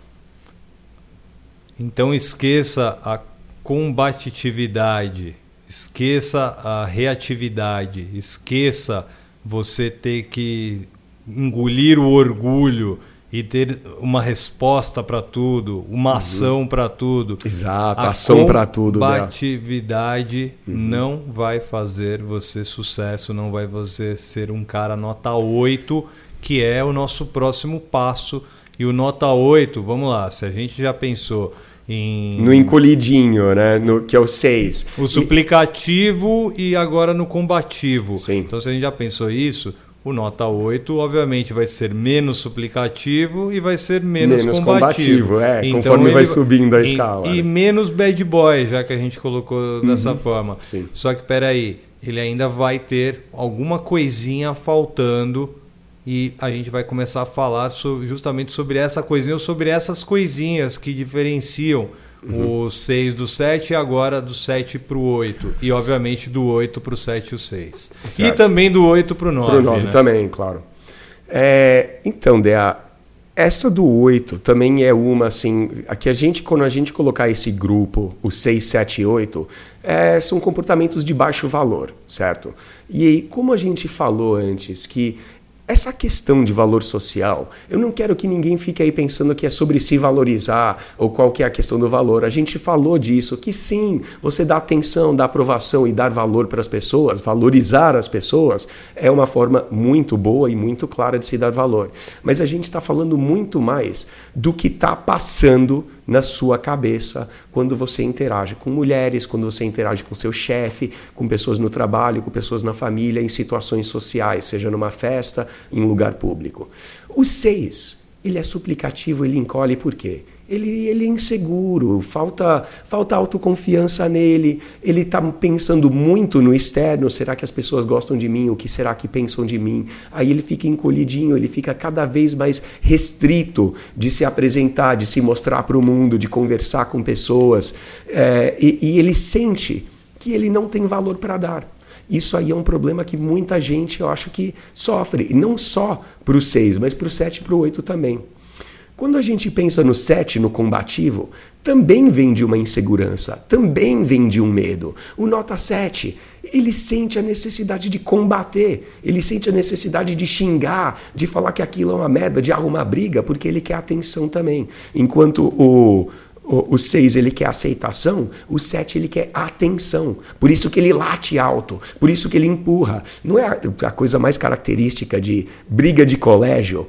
Então esqueça a combatividade, esqueça a reatividade, esqueça você ter que engolir o orgulho e ter uma resposta para tudo, uma uhum. ação para tudo. Exato, a ação para tudo. A combatividade uhum. não vai fazer você sucesso, não vai você ser um cara nota oito, que é o nosso próximo passo. E o nota oito, vamos lá, se a gente já pensou em... no encolhidinho, né? No, que é o seis. O suplicativo e... e agora no combativo. Sim. Então, se a gente já pensou isso... O nota oito, obviamente, vai ser menos suplicativo e vai ser menos, menos combativo. combativo. É, então, conforme ele... vai subindo a e, escala. E né? menos bad boy, já que a gente colocou uhum. dessa forma. Sim. Só que, peraí, ele ainda vai ter alguma coisinha faltando e a gente vai começar a falar sobre, justamente sobre essa coisinha ou sobre essas coisinhas que diferenciam uhum. o seis do sete e agora do sete para o oito. E, obviamente, do oito para o sete e o seis. Certo. E também do oito para o nove. Para o nove né? também, claro. É, então, Dea, essa do oito também é uma, assim... Aqui a gente, quando a gente colocar esse grupo, o seis, sete e oito, é, são comportamentos de baixo valor, certo? E aí, como a gente falou antes, que essa questão de valor social, eu não quero que ninguém fique aí pensando que é sobre se valorizar ou qual que é a questão do valor. A gente falou disso, que sim, você dá atenção, dá aprovação e dar valor para as pessoas, valorizar as pessoas, é uma forma muito boa e muito clara de se dar valor. Mas a gente está falando muito mais do que está passando na sua cabeça quando você interage com mulheres, quando você interage com seu chefe, com pessoas no trabalho, com pessoas na família, em situações sociais, seja numa festa, em lugar público. O seis, ele é suplicativo, ele encolhe por quê? Ele, ele é inseguro, falta, falta autoconfiança nele, ele está pensando muito no externo, será que as pessoas gostam de mim, o que será que pensam de mim? Aí ele fica encolhidinho, ele fica cada vez mais restrito de se apresentar, de se mostrar para o mundo, de conversar com pessoas, é, e, e ele sente que ele não tem valor para dar. Isso aí é um problema que muita gente, eu acho que sofre, e não só para o seis, mas para o sete e para o oito também. Quando a gente pensa no sete, no combativo, também vem de uma insegurança, também vem de um medo. O nota sete, ele sente a necessidade de combater, ele sente a necessidade de xingar, de falar que aquilo é uma merda, de arrumar briga, porque ele quer atenção também. Enquanto o... O seis, ele quer aceitação, o sete, ele quer atenção. Por isso que ele late alto, por isso que ele empurra. Não é a coisa mais característica de briga de colégio?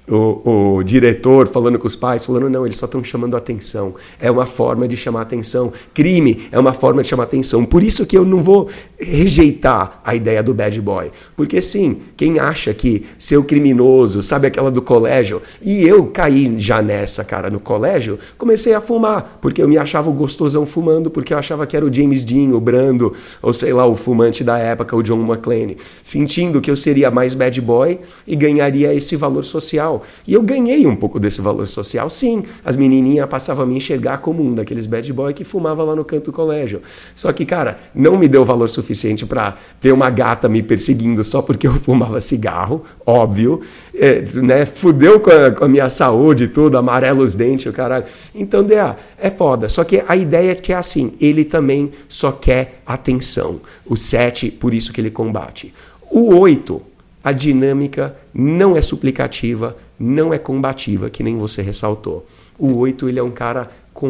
O, o diretor falando com os pais, falando, não, eles só estão chamando atenção. É uma forma de chamar atenção. Crime é uma forma de chamar atenção. Por isso que eu não vou rejeitar a ideia do bad boy. Porque sim, quem acha que ser o criminoso, sabe aquela do colégio? E eu caí já nessa, cara, no colégio, comecei a fumar, porque eu me achava o gostosão fumando, porque eu achava que era o James Dean, o Brando, ou sei lá, o fumante da época, o John McClane. Sentindo que eu seria mais bad boy e ganharia esse valor social. E eu ganhei um pouco desse valor social, sim. As menininhas passavam a me enxergar como um daqueles bad boy que fumava lá no canto do colégio. Só que, cara, não me deu valor suficiente para ter uma gata me perseguindo só porque eu fumava cigarro, óbvio. É, né? Fudeu com a, com a minha saúde e tudo, amarelo os dentes, o caralho. Então, D A, é foda. Só que a ideia é que é assim, ele também só quer atenção. O sete, por isso que ele combate. O oito... A dinâmica não é suplicativa, não é combativa, que nem você ressaltou. O oito, ele é um cara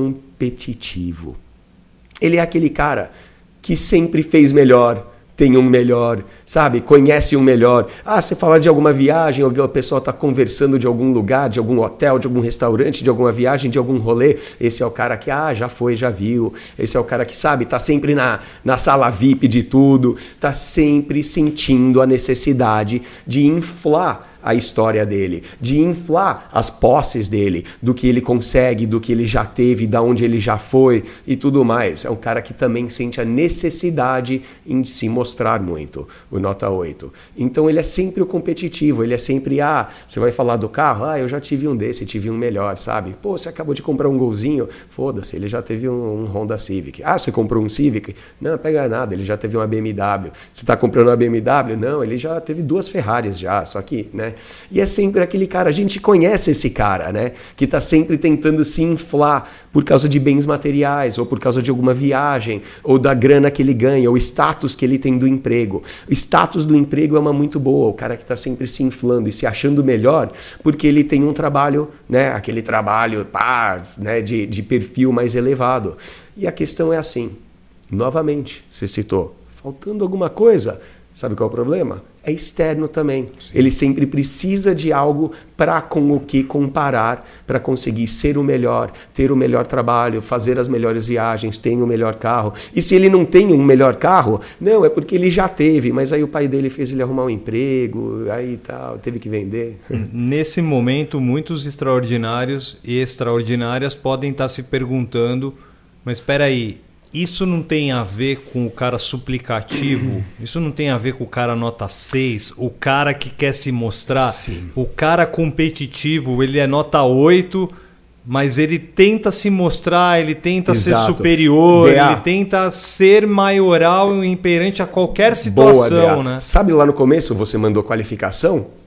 competitivo. Ele é aquele cara que sempre fez melhor, tem um melhor, sabe? Conhece um melhor. Ah, você fala de alguma viagem, o pessoal está conversando de algum lugar, de algum hotel, de algum restaurante, de alguma viagem, de algum rolê. Esse é o cara que, ah, já foi, já viu. Esse é o cara que, sabe, está sempre na, na sala V I P de tudo. Está sempre sentindo a necessidade de inflar a história dele, de inflar as posses dele, do que ele consegue, do que ele já teve, da onde ele já foi e tudo mais. É um cara que também sente a necessidade em se mostrar muito, o nota oito. Então ele é sempre o competitivo, ele é sempre, ah, você vai falar do carro? Ah, eu já tive um desse, tive um melhor, sabe? Pô, você acabou de comprar um Golzinho? Foda-se, ele já teve um, um Honda Civic. Ah, você comprou um Civic? Não, pega nada, ele já teve uma B M W. Você está comprando uma B M W? Não, ele já teve duas Ferraris já, só que, né? E é sempre aquele cara, a gente conhece esse cara, né? Que está sempre tentando se inflar por causa de bens materiais, ou por causa de alguma viagem, ou da grana que ele ganha, ou status que ele tem do emprego. O status do emprego é uma muito boa, o cara que está sempre se inflando e se achando melhor, porque ele tem um trabalho, né? Aquele trabalho, pá, né? de, de perfil mais elevado. E a questão é assim, novamente, você citou, faltando alguma coisa. Sabe qual é o problema? É externo também. Sim. Ele sempre precisa de algo para com o que comparar, para conseguir ser o melhor, ter o melhor trabalho, fazer as melhores viagens, ter o melhor carro. E se ele não tem um melhor carro, não, é porque ele já teve, mas aí o pai dele fez ele arrumar um emprego, aí tal, teve que vender. Nesse momento, muitos extraordinários e extraordinárias podem estar se perguntando, mas espera aí, isso não tem a ver com o cara suplicativo? Isso não tem a ver com o cara nota seis? O cara que quer se mostrar? Sim. O cara competitivo, ele é nota oito, mas ele tenta se mostrar, ele tenta Exato. ser superior, D A. Ele tenta ser maioral e imperante a qualquer situação. Boa, né? Sabe lá no começo você mandou qualificação?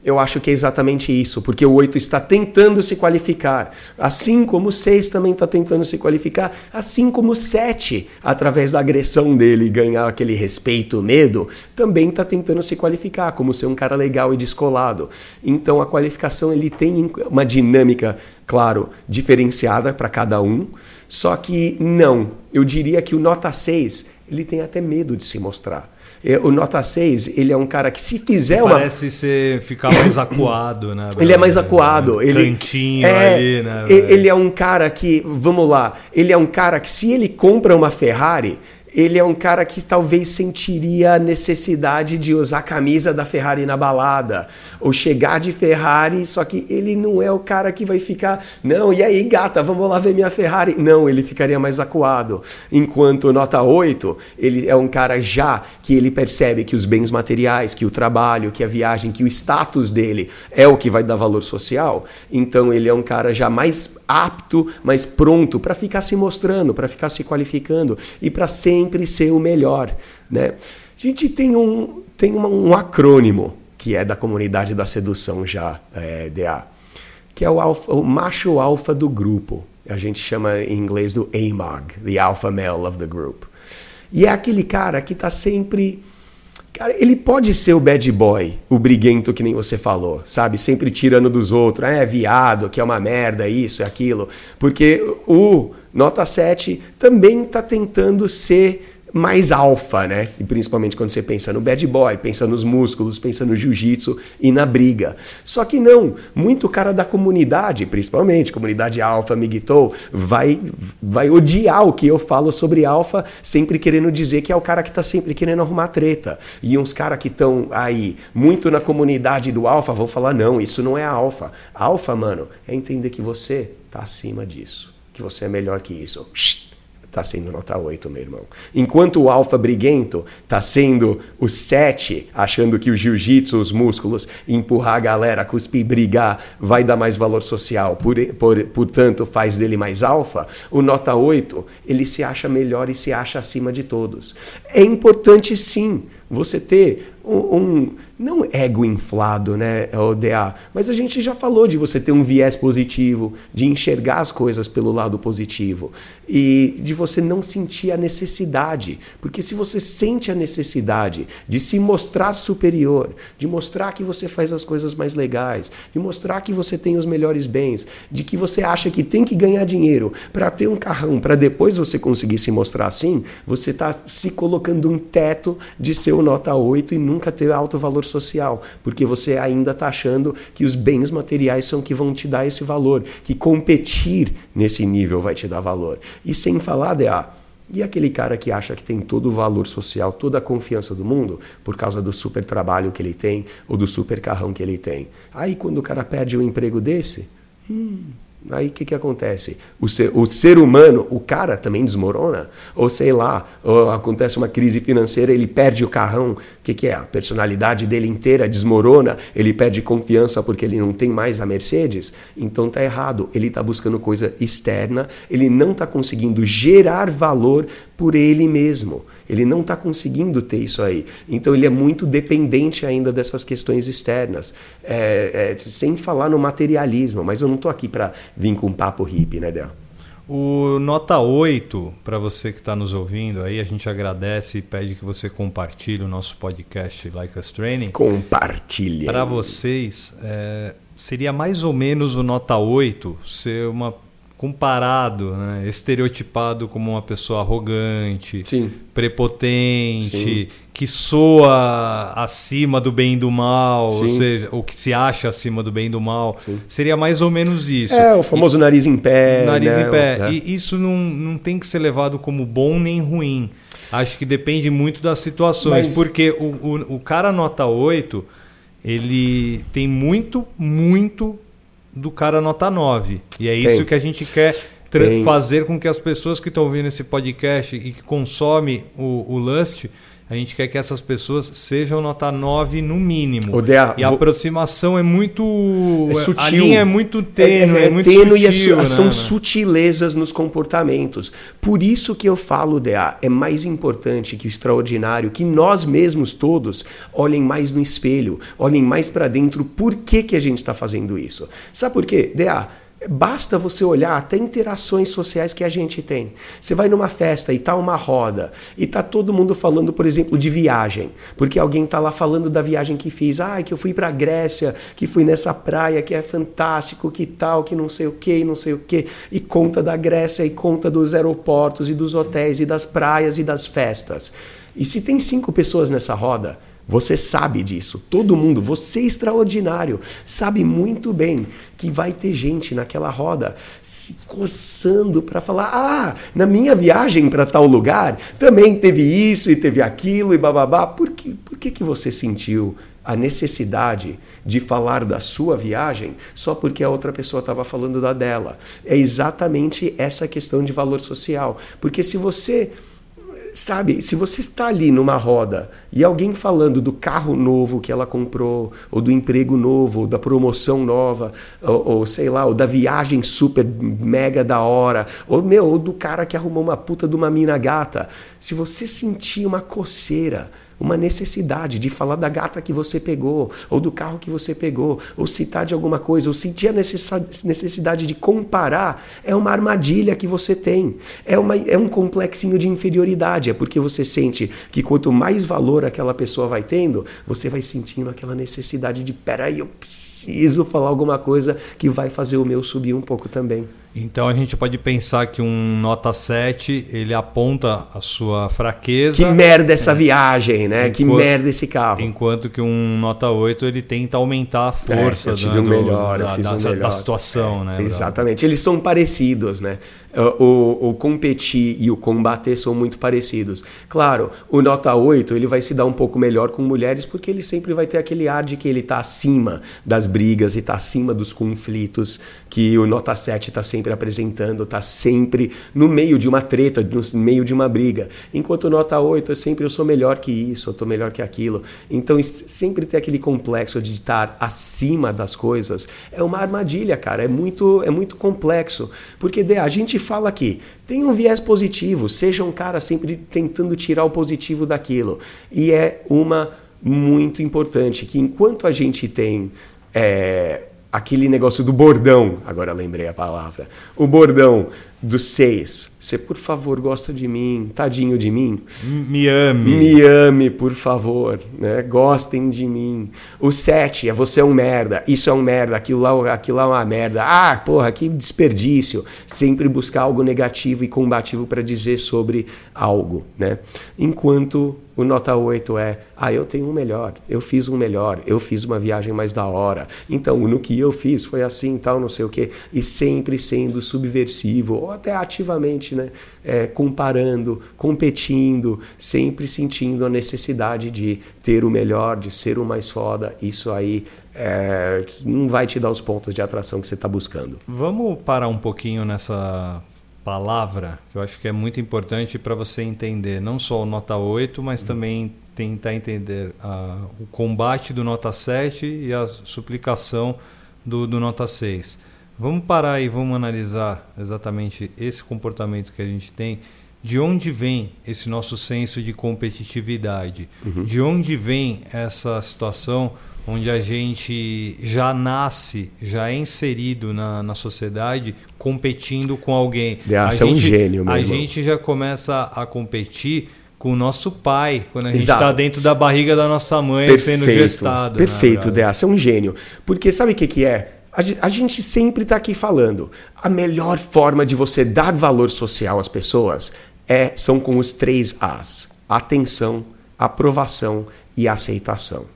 Eu acho que é exatamente isso, porque o oito está tentando se qualificar, assim como o seis também está tentando se qualificar, assim como o sete, através da agressão dele, ganhar aquele respeito, medo, também está tentando se qualificar, como ser um cara legal e descolado. Então a qualificação ele tem uma dinâmica, claro, diferenciada para cada um, só que não, eu diria que o nota seis, ele tem até medo de se mostrar. O nota seis, ele é um cara que se fizer ele uma... Parece ser, ficar mais acuado, né? Ele é mais acuado. É, ele cantinho é, ali, né? Ele é um cara que, vamos lá, ele é um cara que se ele compra uma Ferrari... Ele é um cara que talvez sentiria a necessidade de usar a camisa da Ferrari na balada. Ou chegar de Ferrari, só que ele não é o cara que vai ficar... Não, e aí gata, vamos lá ver minha Ferrari. Não, ele ficaria mais acuado. Enquanto o nota oito, ele é um cara já que ele percebe que os bens materiais, que o trabalho, que a viagem, que o status dele é o que vai dar valor social. Então ele é um cara já mais apto, mais pronto para ficar se mostrando, para ficar se qualificando e para sempre sempre ser o melhor, né? A gente tem um, tem uma, um acrônimo que é da comunidade da sedução já, é, D A, que é o, alfa, o macho alfa do grupo. A gente chama em inglês do A M A G, the alpha male of the group. E é aquele cara que está sempre... Cara, ele pode ser o bad boy, o briguento que nem você falou, sabe? Sempre tirando dos outros. É viado, que é uma merda, isso e aquilo. Porque o nota sete também está tentando ser mais alfa, né? E principalmente quando você pensa no bad boy, pensa nos músculos, pensa no jiu-jitsu e na briga. Só que não, muito cara da comunidade, principalmente comunidade alfa, Miguel, vai, vai odiar o que eu falo sobre alfa, sempre querendo dizer que é o cara que tá sempre querendo arrumar treta. E uns caras que estão aí muito na comunidade do alfa vão falar, não, isso não é alfa. Alfa, mano, é entender que você tá acima disso, que você é melhor que isso. Está sendo nota oito, meu irmão. Enquanto o alfa briguento está sendo o sete, achando que o jiu-jitsu, os músculos, empurrar a galera, cuspir, brigar, vai dar mais valor social, por, por, portanto faz dele mais alfa, o nota oito, ele se acha melhor e se acha acima de todos. É importante sim você ter um, um não ego inflado, né, o D A, mas a gente já falou de você ter um viés positivo, de enxergar as coisas pelo lado positivo e de você não sentir a necessidade, porque se você sente a necessidade de se mostrar superior, de mostrar que você faz as coisas mais legais, de mostrar que você tem os melhores bens, de que você acha que tem que ganhar dinheiro para ter um carrão, para depois você conseguir se mostrar assim, você está se colocando um teto de ser o nota oito e nunca ter alto valor social, porque você ainda está achando que os bens materiais são que vão te dar esse valor, que competir nesse nível vai te dar valor. E sem falar, D A, e aquele cara que acha que tem todo o valor social, toda a confiança do mundo por causa do super trabalho que ele tem ou do super carrão que ele tem. Aí quando o cara perde um emprego desse, hum, aí o que, que acontece? O ser, o ser humano, o cara também desmorona? Ou sei lá, ou acontece uma crise financeira, ele perde o carrão, o que, que é? A personalidade dele inteira desmorona, ele perde confiança porque ele não tem mais a Mercedes? Então tá errado, ele tá buscando coisa externa, ele não tá conseguindo gerar valor por ele mesmo. Ele não está conseguindo ter isso aí. Então ele é muito dependente ainda dessas questões externas. É, é, sem falar no materialismo, mas eu não estou aqui para vir com um papo hippie, né, Del? O nota oito, para você que está nos ouvindo, aí a gente agradece e pede que você compartilhe o nosso podcast Like Us Training. Compartilhe. Para vocês, é, seria mais ou menos o nota oito ser uma... comparado, né, estereotipado como uma pessoa arrogante, sim, prepotente, sim, que soa acima do bem e do mal, sim, ou seja, ou que se acha acima do bem e do mal. Sim. Seria mais ou menos isso. É, o famoso e, nariz em pé. Nariz né? em pé. É. E isso não, não tem que ser levado como bom nem ruim. Acho que depende muito das situações, mas... porque o, o, o cara nota oito, ele tem muito, muito... do cara nota nove. E é isso Tem. que a gente quer tra- fazer com que as pessoas que estão ouvindo esse podcast e que consomem o, o Lust a gente quer que essas pessoas sejam nota nove no mínimo. O D A, e a vou... aproximação é muito... É sutil. A linha é muito tênue, é, é, é muito tênue sutil. E é su... né? São sutilezas nos comportamentos. Por isso que eu falo, D A, é mais importante que o extraordinário, que nós mesmos todos olhem mais no espelho, olhem mais para dentro. Por que, que a gente está fazendo isso? Sabe por quê? D A, basta você olhar até interações sociais que a gente tem. Você vai numa festa e tá uma roda e tá todo mundo falando, por exemplo, de viagem, porque alguém tá lá falando da viagem que fiz. Ah, que eu fui pra Grécia, que fui nessa praia, que é fantástico, que tal, que não sei o que, não sei o que, e conta da Grécia e conta dos aeroportos e dos hotéis e das praias e das festas. E se tem cinco pessoas nessa roda, você sabe disso, todo mundo, você extraordinário, sabe muito bem que vai ter gente naquela roda se coçando para falar: ah, na minha viagem para tal lugar também teve isso e teve aquilo e bababá. Por que, por que, que você sentiu a necessidade de falar da sua viagem só porque a outra pessoa estava falando da dela? É exatamente essa questão de valor social, porque se você... Sabe, se você está ali numa roda e alguém falando do carro novo que ela comprou, ou do emprego novo, ou da promoção nova, ou, ou sei lá, ou da viagem super mega da hora, ou, meu, ou do cara que arrumou uma puta de uma mina gata, se você sentir uma coceira, uma necessidade de falar da gata que você pegou, ou do carro que você pegou, ou citar de alguma coisa, ou sentir a necessidade de comparar, é uma armadilha que você tem. É, uma, é um complexinho de inferioridade. É porque você sente que quanto mais valor aquela pessoa vai tendo, você vai sentindo aquela necessidade de: peraí, eu preciso falar alguma coisa que vai fazer o meu subir um pouco também. Então a gente pode pensar que um nota sete, ele aponta a sua fraqueza. Que merda essa é. viagem, né? Enquanto, que merda esse carro. Enquanto que um nota oito, ele tenta aumentar a força é, eu tive do, um melhor, da, eu fiz da, um melhor. da situação. É, né, exatamente, eles são parecidos, né? O, o competir e o combater são muito parecidos. Claro, o nota oito, ele vai se dar um pouco melhor com mulheres porque ele sempre vai ter aquele ar de que ele está acima das brigas e está acima dos conflitos que o nota sete está sempre apresentando, está sempre no meio de uma treta, no meio de uma briga. Enquanto o nota oito é sempre: eu sou melhor que isso, eu estou melhor que aquilo. Então sempre ter aquele complexo de estar acima das coisas é uma armadilha, cara. É muito, é muito complexo. Porque a gente fala aqui, tem um viés positivo, seja um cara sempre tentando tirar o positivo daquilo. E é uma muito importante que enquanto a gente tem é, aquele negócio do bordão, agora lembrei a palavra, o bordão dos seis, você por favor gosta de mim, tadinho de mim, me ame, me ame por favor, né? Gostem de mim. O sete é: você é um merda, isso é um merda, aquilo lá, aquilo lá é uma merda, ah, porra, que desperdício. Sempre buscar algo negativo e combativo para dizer sobre algo, né? Enquanto o nota oito é: ah, eu tenho um melhor, eu fiz um melhor, eu fiz uma viagem mais da hora, então no que eu fiz foi assim, tal, não sei o quê, e sempre sendo subversivo, ou até ativamente, né? É, comparando, competindo, sempre sentindo a necessidade de ter o melhor, de ser o mais foda. Isso aí é, não vai te dar os pontos de atração que você está buscando. Vamos parar um pouquinho nessa palavra, que eu acho que é muito importante para você entender não só o nota oito, mas também tentar entender uh, o combate do nota sete e a suplicação do, do nota seis. Vamos parar e vamos analisar exatamente esse comportamento que a gente tem. De onde vem esse nosso senso de competitividade? Uhum. De onde vem essa situação onde a gente já nasce, já é inserido na, na sociedade, competindo com alguém? Ah, você é um gênio, meu A irmão. gente já começa a competir com o nosso pai, quando a gente está dentro da barriga da nossa mãe, perfeito, sendo gestado. Perfeito, né, Dea, você é um gênio. Porque sabe o que, que é? A gente sempre está aqui falando, a melhor forma de você dar valor social às pessoas é, são com os três As: atenção, aprovação e aceitação.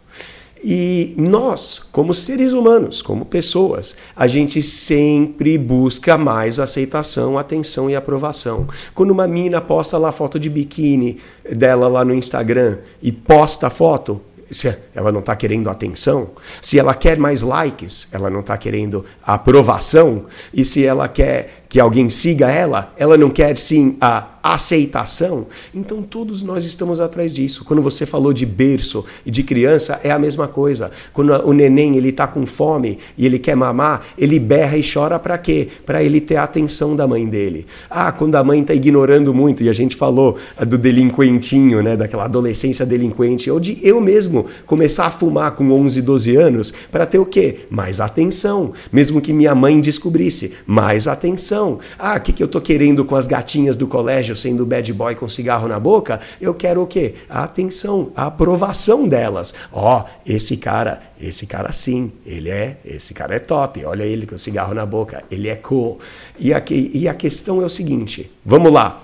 E nós, como seres humanos, como pessoas, a gente sempre busca mais aceitação, atenção e aprovação. Quando uma mina posta lá a foto de biquíni dela lá no Instagram e posta a foto, se ela não está querendo atenção, se ela quer mais likes, ela não está querendo aprovação, e se ela quer que alguém siga ela, ela não quer sim a aceitação. Então todos nós estamos atrás disso. Quando você falou de berço e de criança, é a mesma coisa. Quando o neném ele tá com fome e ele quer mamar, ele berra e chora para quê? Para ele ter a atenção da mãe dele. Ah, quando a mãe tá ignorando muito, e a gente falou do delinquentinho, né, daquela adolescência delinquente, ou de eu mesmo começar a fumar com onze, doze anos para ter o quê? Mais atenção. Mesmo que minha mãe descobrisse, mais atenção. Ah, o que, que eu tô querendo com as gatinhas do colégio sendo bad boy com cigarro na boca? Eu quero o quê? A atenção, a aprovação delas. Ó, oh, esse cara, esse cara sim, ele é, esse cara é top. Olha ele com cigarro na boca, ele é cool. E, aqui, e a questão é o seguinte, vamos lá.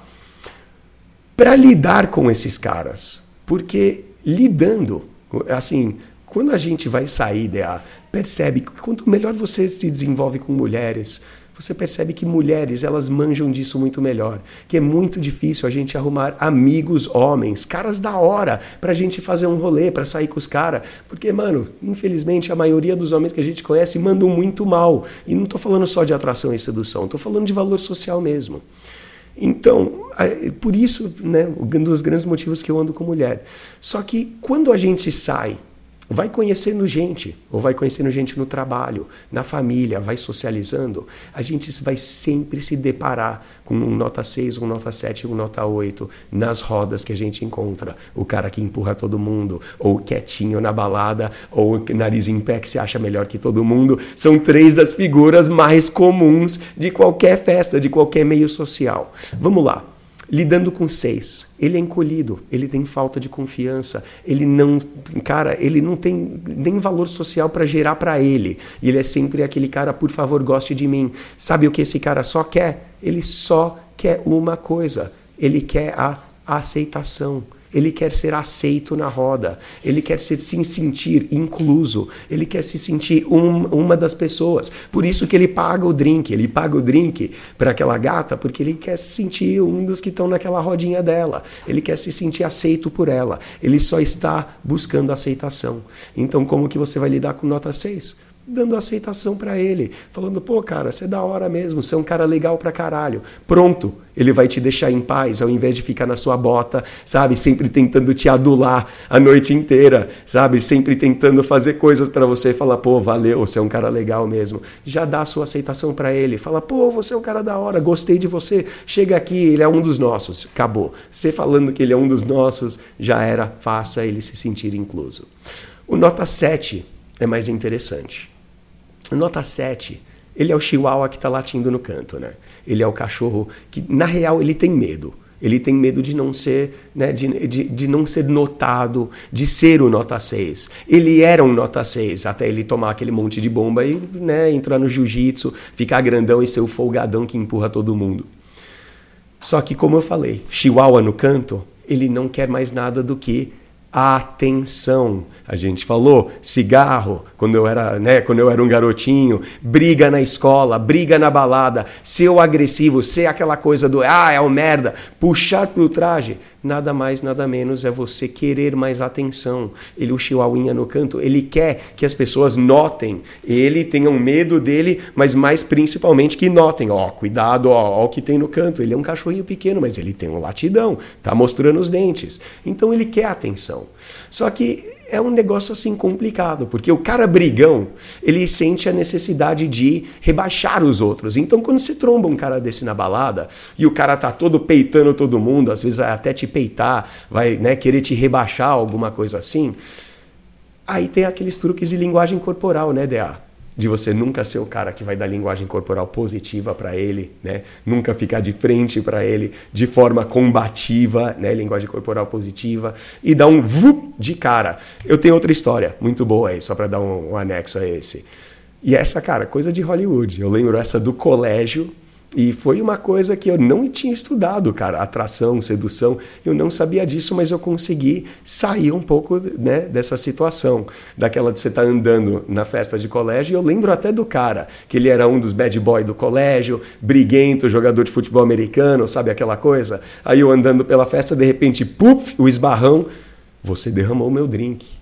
Para lidar com esses caras, porque lidando, assim, quando a gente vai sair, da, percebe que quanto melhor você se desenvolve com mulheres, você percebe que mulheres, elas manjam disso muito melhor. Que é muito difícil a gente arrumar amigos homens, caras da hora, pra gente fazer um rolê, pra sair com os caras. Porque, mano, infelizmente a maioria dos homens que a gente conhece mandam muito mal. E não tô falando só de atração e sedução, tô falando de valor social mesmo. Então, por isso, né, um dos grandes motivos que eu ando com mulher. Só que quando a gente sai, vai conhecendo gente, ou vai conhecendo gente no trabalho, na família, vai socializando, a gente vai sempre se deparar com um nota seis, um nota sete, um nota oito nas rodas que a gente encontra. O cara que empurra todo mundo, ou quietinho na balada, ou nariz em pé que se acha melhor que todo mundo. São três das figuras mais comuns de qualquer festa, de qualquer meio social. Vamos lá. Lidando com seis, ele é encolhido, ele tem falta de confiança, ele não, cara, ele não tem nem valor social para gerar para ele. E ele é sempre aquele cara, por favor, goste de mim. Sabe o que esse cara só quer? Ele só quer uma coisa, ele quer a aceitação. Ele quer ser aceito na roda, ele quer se, se sentir incluso, ele quer se sentir um, uma das pessoas. Por isso que ele paga o drink, ele paga o drink para aquela gata, porque ele quer se sentir um dos que estão naquela rodinha dela. Ele quer se sentir aceito por ela, ele só está buscando aceitação. Então como que você vai lidar com nota seis? Dando aceitação pra ele, falando, pô, cara, você é da hora mesmo, você é um cara legal pra caralho. Pronto, ele vai te deixar em paz, ao invés de ficar na sua bota, sabe, sempre tentando te adular a noite inteira, sabe, sempre tentando fazer coisas pra você e falar, pô, valeu, você é um cara legal mesmo. Já dá a sua aceitação pra ele, fala, pô, você é um cara da hora, gostei de você, chega aqui, ele é um dos nossos, acabou. Você falando que ele é um dos nossos, já era, faça ele se sentir incluso. O nota sete é mais interessante. O nota sete, ele é o chihuahua que está latindo no canto, né? Ele é o cachorro que, na real, ele tem medo. Ele tem medo de não ser, né, de, de, de não ser notado, de ser o nota seis. Ele era um nota seis, até ele tomar aquele monte de bomba e, né, entrar no jiu-jitsu, ficar grandão e ser o folgadão que empurra todo mundo. Só que, como eu falei, chihuahua no canto, ele não quer mais nada do que atenção. A gente falou cigarro, quando eu era, né, quando eu era um garotinho, briga na escola, briga na balada, ser o agressivo, ser aquela coisa do, ah, é o merda, puxar pro traje. Nada mais, nada menos é você querer mais atenção. Ele, o chihuahuinha no canto, ele quer que as pessoas notem, ele tenham medo dele, mas mais principalmente que notem. Ó, cuidado, ó, ó o que tem no canto. Ele é um cachorrinho pequeno, mas ele tem um latidão, tá mostrando os dentes. Então ele quer atenção. Só que é um negócio assim complicado, porque o cara brigão, ele sente a necessidade de rebaixar os outros. Então quando você tromba um cara desse na balada, e o cara tá todo peitando todo mundo, às vezes vai até te peitar, vai, né, querer te rebaixar, alguma coisa assim, aí tem aqueles truques de linguagem corporal, né, D A? De você nunca ser o cara que vai dar linguagem corporal positiva para ele, né? Nunca ficar de frente para ele de forma combativa, né? Linguagem corporal positiva, e dar um vup de cara. Eu tenho outra história muito boa aí, só para dar um, um anexo a esse. E essa, cara, coisa de Hollywood. Eu lembro essa do colégio, e foi uma coisa que eu não tinha estudado, cara, atração, sedução, eu não sabia disso, mas eu consegui sair um pouco, né, dessa situação, daquela de você estar andando na festa de colégio, e eu lembro até do cara, que ele era um dos bad boy do colégio, briguento, jogador de futebol americano, sabe aquela coisa? Aí eu andando pela festa, de repente, puf, o esbarrão, você derramou o meu drink.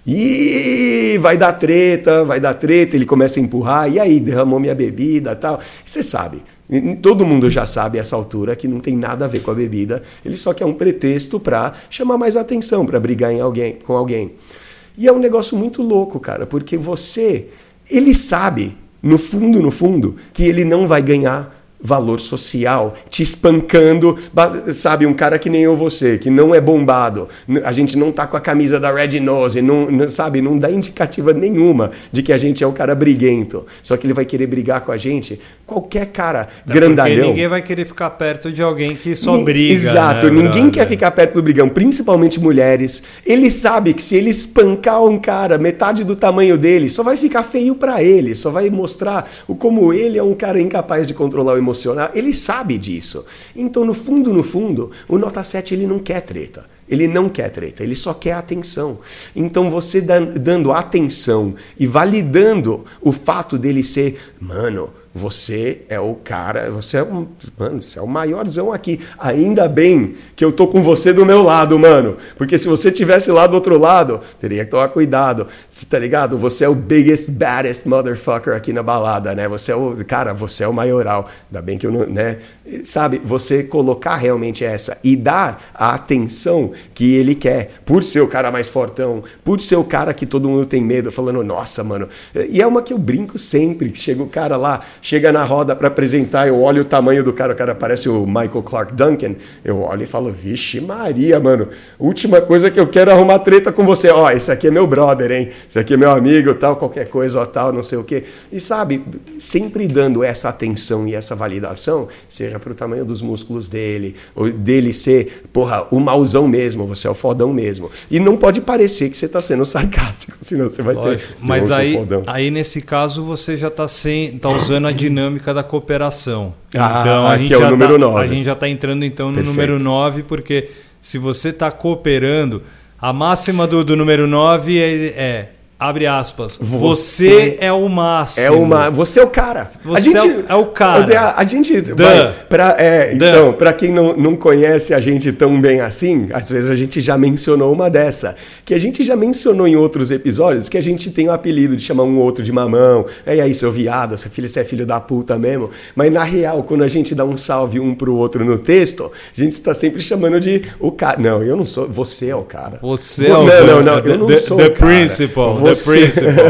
E vai dar treta, vai dar treta, ele começa a empurrar, e aí, derramou minha bebida e tal. Você sabe, todo mundo já sabe a essa altura que não tem nada a ver com a bebida, ele só quer um pretexto para chamar mais atenção, para brigar em alguém, com alguém. E é um negócio muito louco, cara, porque você, ele sabe, no fundo, no fundo, que ele não vai ganhar valor social, te espancando, sabe, um cara que nem eu você, que não é bombado, a gente não tá com a camisa da Red Nose, não, não, sabe, não dá indicativa nenhuma de que a gente é um cara briguento, só que ele vai querer brigar com a gente, qualquer cara é grandalhão. Porque ninguém vai querer ficar perto de alguém que só briga. Exato, né, ninguém quer ficar perto do brigão, principalmente mulheres. Ele sabe que se ele espancar um cara metade do tamanho dele, só vai ficar feio pra ele, só vai mostrar o como ele é um cara incapaz de controlar o emocional. Ele sabe disso. Então, no fundo, no fundo, o nota sete ele não quer treta. Ele não quer treta, ele só quer atenção. Então, você dando atenção e validando o fato dele ser, mano, você é o cara, você é um, mano, você é o maiorzão aqui. Ainda bem que eu tô com você do meu lado, mano. Porque se você tivesse lá do outro lado, teria que tomar cuidado. Você tá ligado? Você é o biggest, baddest motherfucker aqui na balada, né? Você é o, cara, você é o maioral. Ainda bem que eu não, né? Sabe, você colocar realmente essa e dar a atenção que ele quer, por ser o cara mais fortão, por ser o cara que todo mundo tem medo, falando, nossa, mano. E é uma que eu brinco sempre, chega o cara lá, chega na roda para apresentar, eu olho o tamanho do cara, o cara parece o Michael Clark Duncan, eu olho e falo, vixe Maria, mano, última coisa que eu quero é arrumar treta com você, ó, esse aqui é meu brother, hein, esse aqui é meu amigo, tal, qualquer coisa, ó, tal, não sei o quê. E sabe, sempre dando essa atenção e essa validação, seja pro tamanho dos músculos dele, ou dele ser, porra, o mauzão mesmo, você é o fodão mesmo. E não pode parecer que você tá sendo sarcástico, senão você vai Lógico, ter... Mas aí, aí, nesse caso, você já tá, sem, tá usando a dinâmica da cooperação. Ah, então, a gente que é o já número tá, nove. A gente já está entrando, então, no Perfeito. número nove, porque se você está cooperando, a máxima do, do número nove é... é abre aspas, você, você é o máximo. É uma, você é o cara. Você a gente, é, o, é o cara. A, a gente Duh. vai pra, é, Duh. então, para quem não, não conhece a gente tão bem assim, às vezes a gente já mencionou uma dessa, que a gente já mencionou em outros episódios, que a gente tem o apelido de chamar um outro de mamão, é aí seu viado, seu filho, você é filho da puta mesmo, mas na real, quando a gente dá um salve um pro outro no texto, a gente está sempre chamando de o cara. Não, eu não sou, você é o cara. Você é o Não, não, não, the, eu não the, sou the o cara. Principal. Você,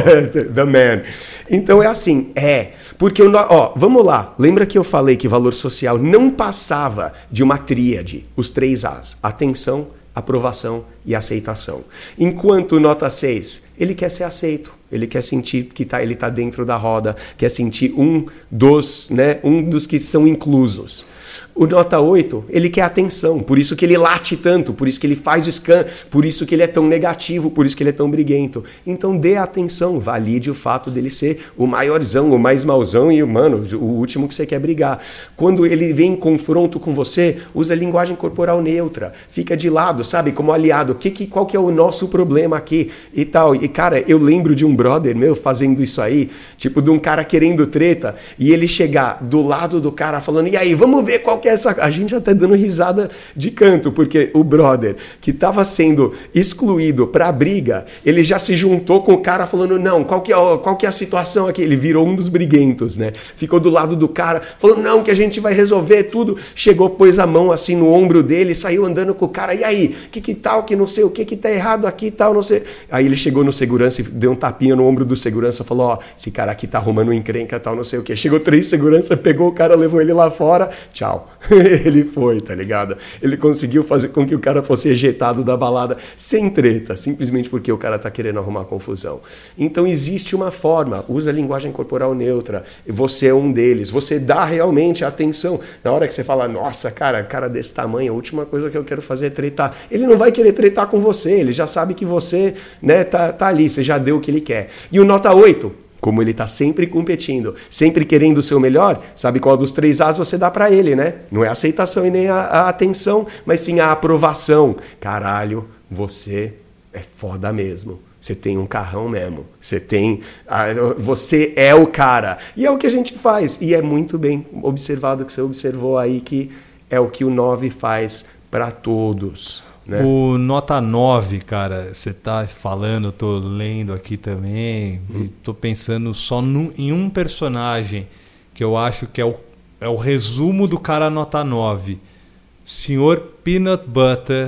the man. Então é assim, é. Porque, eu, ó, vamos lá. Lembra que eu falei que valor social não passava de uma tríade, os três As: atenção, aprovação e aceitação. Enquanto nota seis, ele quer ser aceito. Ele quer sentir que tá, ele está dentro da roda, quer sentir um dos, né, um dos que são inclusos. O nota oito, ele quer atenção, por isso que ele late tanto, por isso que ele faz o scan, por isso que ele é tão negativo, por isso que ele é tão briguento. Então dê atenção, valide o fato dele ser o maiorzão, o mais mauzão e, mano, o último que você quer brigar. Quando ele vem em confronto com você, usa linguagem corporal neutra, fica de lado, sabe, como aliado, que, que, qual que é o nosso problema aqui e tal. E cara, eu lembro de um brother meu fazendo isso aí, tipo de um cara querendo treta, e ele chegar do lado do cara falando, e aí, vamos ver qual que é essa... A gente até dando risada de canto, porque o brother que estava sendo excluído para a briga, ele já se juntou com o cara falando, não, qual que, é, qual que é a situação aqui? Ele virou um dos briguentos, né? Ficou do lado do cara, falando, não, que a gente vai resolver tudo. Chegou, pôs a mão assim no ombro dele, saiu andando com o cara, e aí, que que tal, que não sei o que, que tá errado aqui e tal, não sei. Aí ele chegou no segurança e deu um tapinha no ombro do segurança, falou, ó, esse cara aqui tá arrumando encrenca, tal, não sei o que. Chegou três segurança, pegou o cara, levou ele lá fora, tchau. Ele foi, tá ligado? Ele conseguiu fazer com que o cara fosse ejetado da balada sem treta, simplesmente porque o cara tá querendo arrumar confusão. Então existe uma forma, usa a linguagem corporal neutra, você é um deles, você dá realmente atenção. Na hora que você fala, nossa, cara, cara desse tamanho, a última coisa que eu quero fazer é tretar. Ele não vai querer tretar com você, ele já sabe que você, né, tá, tá ali, você já deu o que ele quer. E o nota oito, como ele está sempre competindo, sempre querendo o seu melhor, sabe qual dos três As você dá para ele, né? Não é a aceitação e nem a, a atenção, mas sim a aprovação. Caralho, você é foda mesmo. Você tem um carrão mesmo. Você tem... Você é o cara. E é o que a gente faz. E é muito bem observado que você observou aí que é o que o nove faz para todos. Né? O nota nove, cara, você tá falando, eu tô lendo aqui também, hum. e tô pensando só num, em um personagem que eu acho que é o, é o resumo do cara nota nove. senhor Peanut Butter.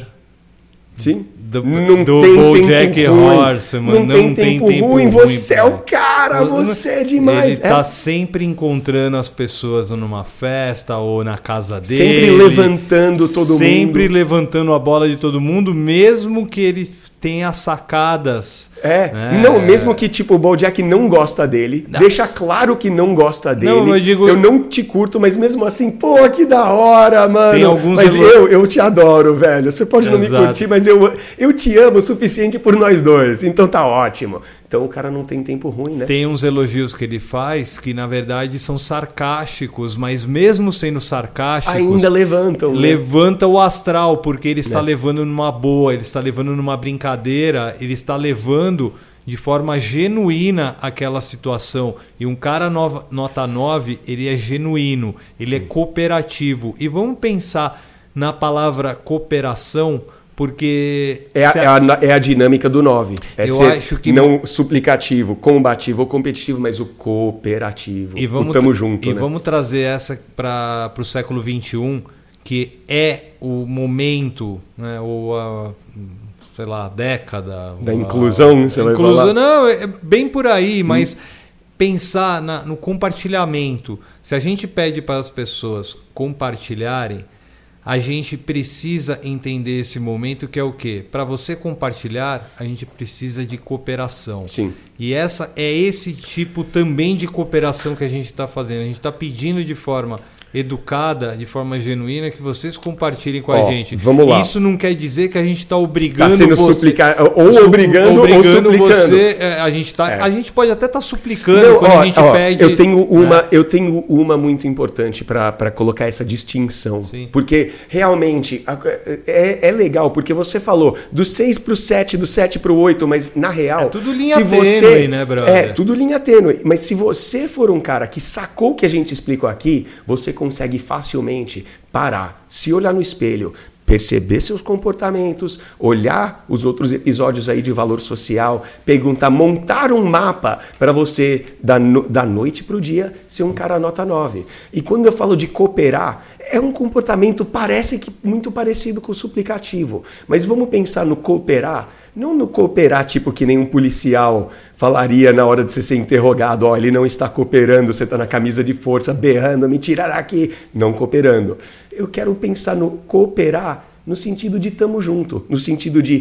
Sim. Do, não do tem BoJack tempo ruim. Horseman. Não, não tem, tem tempo, tempo ruim. ruim. Você cara. é o cara, você é demais. Ele é. tá sempre encontrando as pessoas numa festa ou na casa dele. Sempre levantando todo sempre mundo. Sempre levantando a bola de todo mundo, mesmo que ele tenha sacadas. É, né? não, mesmo que tipo o BoJack não gosta dele, não. deixa claro que não gosta dele. Não, eu, digo... eu não te curto, mas mesmo assim, pô, que da hora, mano. Tem alguns mas elo... eu, eu te adoro, velho. Você pode não Exato. me curtir, mas eu, eu te amo o suficiente por nós dois. Então tá ótimo. Então o cara não tem tempo ruim, né? Tem uns elogios que ele faz que na verdade são sarcásticos, mas mesmo sendo sarcásticos... Ainda levantam. Né? Levanta o astral, porque ele está é. levando numa boa, ele está levando numa brincadeira, ele está levando de forma genuína aquela situação. E um cara nova, nota nove, ele é genuíno, ele Sim. é cooperativo. E vamos pensar na palavra cooperação... Porque... É a, é, a, é a dinâmica do nove. É eu ser acho que não suplicativo, combativo ou competitivo, mas o cooperativo. E vamos, o tamo junto. E né? vamos trazer essa para o século vinte e um, que é o momento, né, ou a, sei lá, a década... Da a, inclusão, você vai inclusão, falar? Não, é bem por aí, mas hum. pensar na, no compartilhamento. Se a gente pede para as pessoas compartilharem, a gente precisa entender esse momento que é o quê? Para você compartilhar, a gente precisa de cooperação. Sim. E essa é esse tipo também de cooperação que a gente está fazendo. A gente está pedindo de forma educada, de forma genuína, que vocês compartilhem com Ó, a gente. Vamos lá. Isso não quer dizer que a gente está obrigando tá sendo você... Suplicar, ou obrigando, obrigando ou suplicando. Você, a, gente tá, é. a gente pode até estar tá suplicando não, quando ó, a gente ó, pede... Eu tenho uma, né? eu tenho uma muito importante para colocar essa distinção. Sim. Porque realmente é, é legal, porque você falou do seis para o sete, do sete para o oito, mas na real... É tudo linha se tênue, você, né, brother? É, tudo linha tênue. Mas se você for um cara que sacou o que a gente explicou aqui, você consegue facilmente parar, se olhar no espelho, perceber seus comportamentos, olhar os outros episódios aí de valor social, perguntar, montar um mapa para você, da, no, da noite para o dia, ser um cara nota nove. E quando eu falo de cooperar, é um comportamento, parece que muito parecido com o suplicativo. Mas vamos pensar no cooperar, não no cooperar tipo que nem um policial falaria na hora de você ser interrogado, ó, ele não está cooperando, você está na camisa de força, berrando, me tirar aqui, não cooperando. Eu quero pensar no cooperar no sentido de tamo junto, no sentido de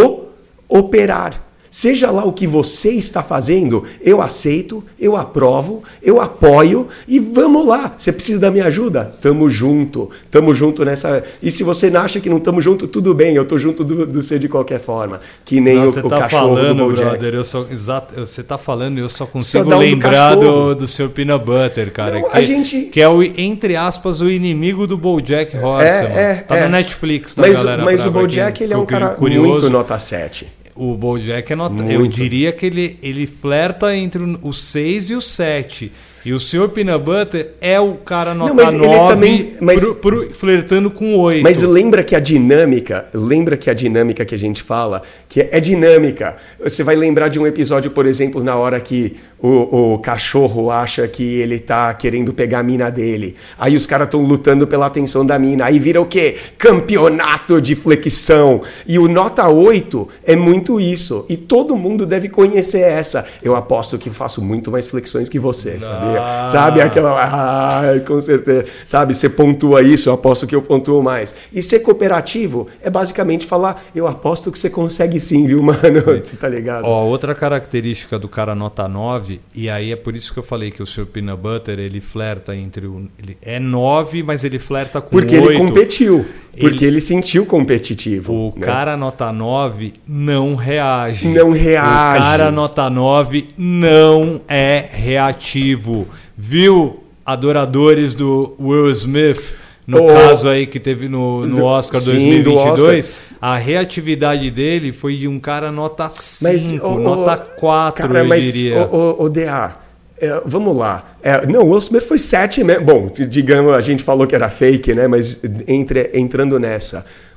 cooperar. Seja lá o que você está fazendo, eu aceito, eu aprovo, eu apoio e vamos lá. Você precisa da minha ajuda? Tamo junto, tamo junto nessa... E se você não acha que não tamo junto, tudo bem, eu tô junto do, do você de qualquer forma. Que nem não, o, você o tá cachorro falando, do BoJack. brother, eu só, exato, você tá falando e eu só consigo só um lembrar do, do, do senhor Peanut Butter, cara. Não, que, a gente... que é, o, entre aspas, o inimigo do BoJack Horseman. É, é, tá é. no Netflix, tá, mas, galera? Mas o pra BoJack, quem ele é um cara curioso. muito nota sete. O BoJack é nota... Muito. Eu diria que ele, ele flerta entre o seis e o sete. E o senhor Peanut Butter é o cara nota Não, mas ele nove, também- mas- pro, pro, flertando com oito. Mas lembra que a dinâmica, lembra que a dinâmica que a gente fala, que é dinâmica. Você vai lembrar de um episódio, por exemplo, na hora que o, o cachorro acha que ele tá querendo pegar a mina dele. Aí os caras estão lutando pela atenção da mina. Aí vira o quê? Campeonato de flexão. E o nota oito é muito isso. E todo mundo deve conhecer essa. Eu aposto que faço muito mais flexões que você, sabia? Ah. Sabe aquela... Ah, com certeza. Sabe, você pontua isso, eu aposto que eu pontuo mais. E ser cooperativo é basicamente falar, eu aposto que você consegue sim, viu, mano? Você tá ligado? Ó, outra característica do cara nota nove, e aí é por isso que eu falei que o senhor Peanut Butter, ele flerta entre o... Ele é nove, mas ele flerta com Porque oito. ele competiu. Porque Ele- ele sentiu competitivo. O né? cara nota nove não reage. Não reage. O cara nota nove não é reativo. Viu, adoradores do Will Smith, no Oh, caso aí que teve no, no do- Oscar sim, dois mil e vinte e dois, do Oscar. a reatividade dele foi de um cara nota Mas, cinco, ô, ô, nota quatro, cara, eu mas, diria. ô, ô, ô, D A, é, vamos lá. É, não, o Will Smith foi sete mesmo. Bom, digamos, a gente falou que era fake, né? Mas entre, entrando nessa.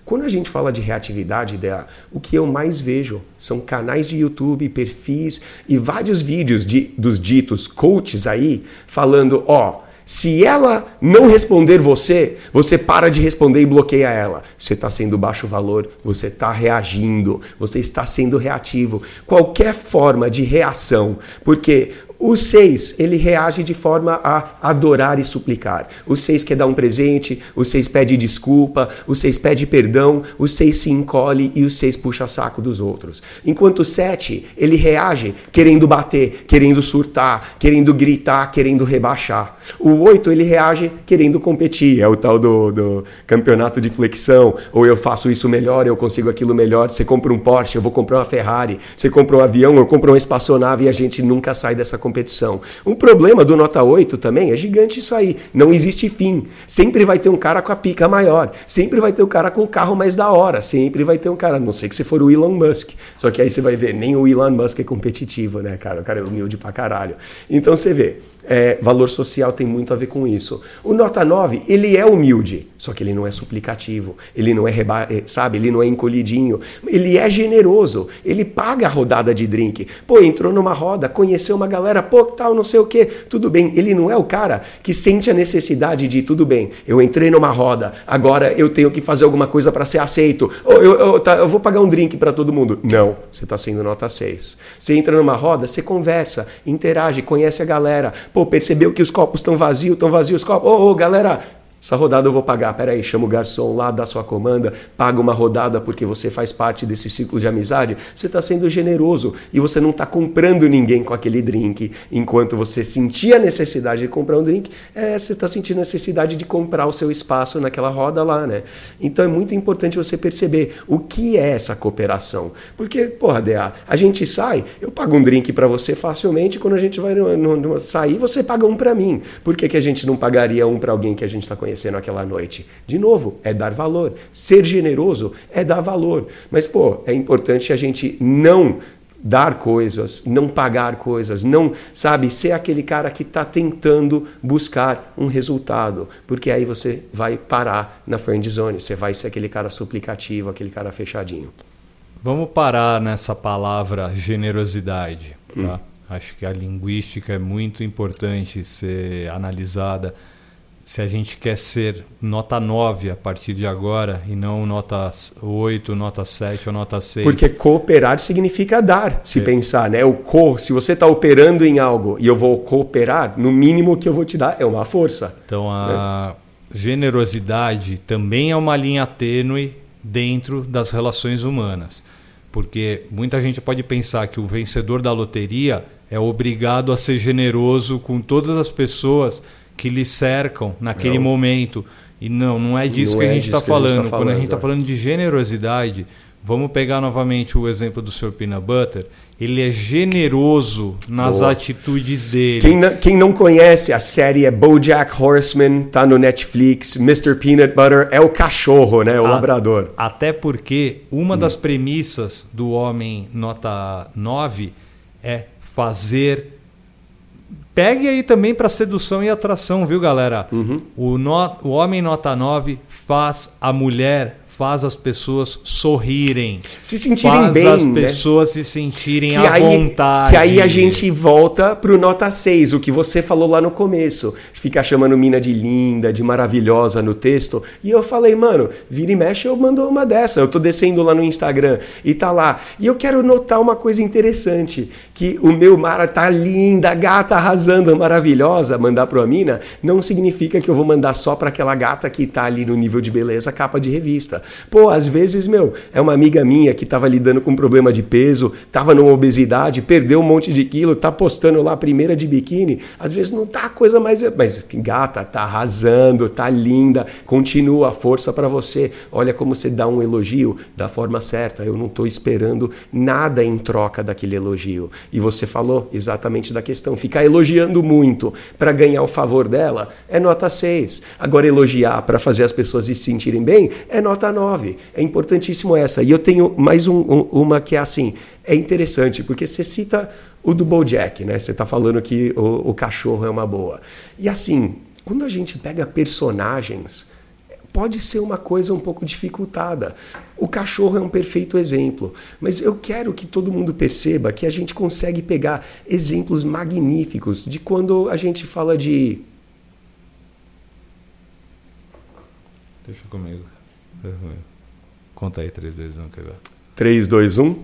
Quando a gente fala de reatividade, Dea, o que eu mais vejo são canais de YouTube, perfis e vários vídeos de, dos ditos coaches aí falando, ó, se ela não responder você, você para de responder e bloqueia ela. Você está sendo baixo valor, você está reagindo, você está sendo reativo. Qualquer forma de reação, porque o seis, ele reage de forma a adorar e suplicar. O seis quer dar um presente, o seis pede desculpa, o seis pede perdão, o seis se encolhe e o seis puxa saco dos outros. Enquanto o sete, ele reage querendo bater, querendo surtar, querendo gritar, querendo rebaixar. O oito, ele reage querendo competir. É o tal do, do campeonato de flexão. Ou eu faço isso melhor, eu consigo aquilo melhor. Você compra um Porsche, eu vou comprar uma Ferrari. Você compra um avião, eu compro uma espaçonave e a gente nunca sai dessa competição. Um problema do Nota oito também é gigante isso aí. Não existe fim. Sempre vai ter um cara com a pica maior. Sempre vai ter um cara com o carro mais da hora. Sempre vai ter um cara, a não sei que você for o Elon Musk. Só que aí você vai ver, nem o Elon Musk é competitivo, né, cara? O cara é humilde pra caralho. Então você vê, é, valor social tem muito a ver com isso. O Nota nove, ele é humilde, só que ele não é suplicativo. Ele não é, reba- sabe, ele não é encolhidinho. Ele é generoso. Ele paga a rodada de drink. Pô, entrou numa roda, conheceu uma galera, pô, tal, não sei o quê, tudo bem. Ele não é o cara que sente a necessidade de, tudo bem, eu entrei numa roda, agora eu tenho que fazer alguma coisa para ser aceito. Ou eu, eu, tá, eu vou pagar um drink para todo mundo. Não, você está sendo nota seis. Você entra numa roda, você conversa, interage, conhece a galera. Pô, percebeu que os copos estão vazios, estão vazios os copos. Ô, ô, galera, essa rodada eu vou pagar. Peraí, chama o garçom lá, dá sua comanda, paga uma rodada porque você faz parte desse ciclo de amizade. Você está sendo generoso e você não está comprando ninguém com aquele drink. Enquanto você sentir a necessidade de comprar um drink, é, você está sentindo a necessidade de comprar o seu espaço naquela roda lá, né? Então é muito importante você perceber o que é essa cooperação. Porque, porra, D A, a gente sai, eu pago um drink para você facilmente, quando a gente vai no, no, no, sair, você paga um para mim. Por que, que a gente não pagaria um para alguém que a gente está conhecendo aquela noite? De novo, é dar valor. Ser generoso é dar valor. Mas, pô, é importante a gente não dar coisas, não pagar coisas, não, sabe, ser aquele cara que está tentando buscar um resultado, porque aí você vai parar na friend zone, você vai ser aquele cara suplicativo, aquele cara fechadinho. Vamos parar nessa palavra generosidade, tá? Hum. Acho que a linguística é muito importante ser analisada. Se a gente quer ser nota nove a partir de agora e não nota oito, nota sete ou nota seis. Porque cooperar significa dar, se é. pensar, né? O co, se você está operando em algo e eu vou cooperar, no mínimo o que eu vou te dar é uma força. Então a é. generosidade também é uma linha tênue dentro das relações humanas. Porque muita gente pode pensar que o vencedor da loteria é obrigado a ser generoso com todas as pessoas que lhe cercam naquele não. momento. E não, não é disso não que a gente está falando. Tá falando. Quando a gente está falando de generosidade, vamos pegar novamente o exemplo do senhor Peanut Butter. Ele é generoso nas Boa. atitudes dele. Quem não, quem não conhece, a série é BoJack Horseman, tá no Netflix. mister Peanut Butter é o cachorro, né? O a, labrador. Até porque uma hum. das premissas do homem nota nove é fazer... Pegue aí também para sedução e atração, viu, galera? Uhum. O, no, o homem nota nove faz a mulher, faz as pessoas sorrirem. Se sentirem faz bem, Faz as né? pessoas se sentirem que à aí, vontade. Que aí a gente volta pro nota seis, o que você falou lá no começo. Ficar chamando mina de linda, de maravilhosa no texto. E eu falei, mano, vira e mexe, eu mando uma dessa. Eu tô descendo lá no Instagram e tá lá. E eu quero notar uma coisa interessante, que o meu Mara tá linda, gata, arrasando, maravilhosa, mandar pra uma mina, não significa que eu vou mandar só pra aquela gata que tá ali no nível de beleza, capa de revista. Pô, às vezes, meu, é uma amiga minha que tava lidando com um problema de peso, tava numa obesidade, perdeu um monte de quilo, tá postando lá a primeira de biquíni. Às vezes não tá a coisa mais... Mas, gata, tá arrasando, tá linda, continua, força pra você. Olha como você dá um elogio da forma certa. Eu não tô esperando nada em troca daquele elogio. E você falou exatamente da questão. Ficar elogiando muito pra ganhar o favor dela é nota seis. Agora, elogiar pra fazer as pessoas se sentirem bem é nota nove. É importantíssimo essa. E eu tenho mais um, um, uma que é assim, é interessante, porque você cita o do BoJack, né? Você está falando que o, o cachorro é uma boa. E assim, quando a gente pega personagens, pode ser uma coisa um pouco dificultada. O cachorro é um perfeito exemplo, mas eu quero que todo mundo perceba que a gente consegue pegar exemplos magníficos de quando a gente fala de... Deixa comigo. Deixa comigo. Conta aí, três, dois, um, quer ver? três, dois, um...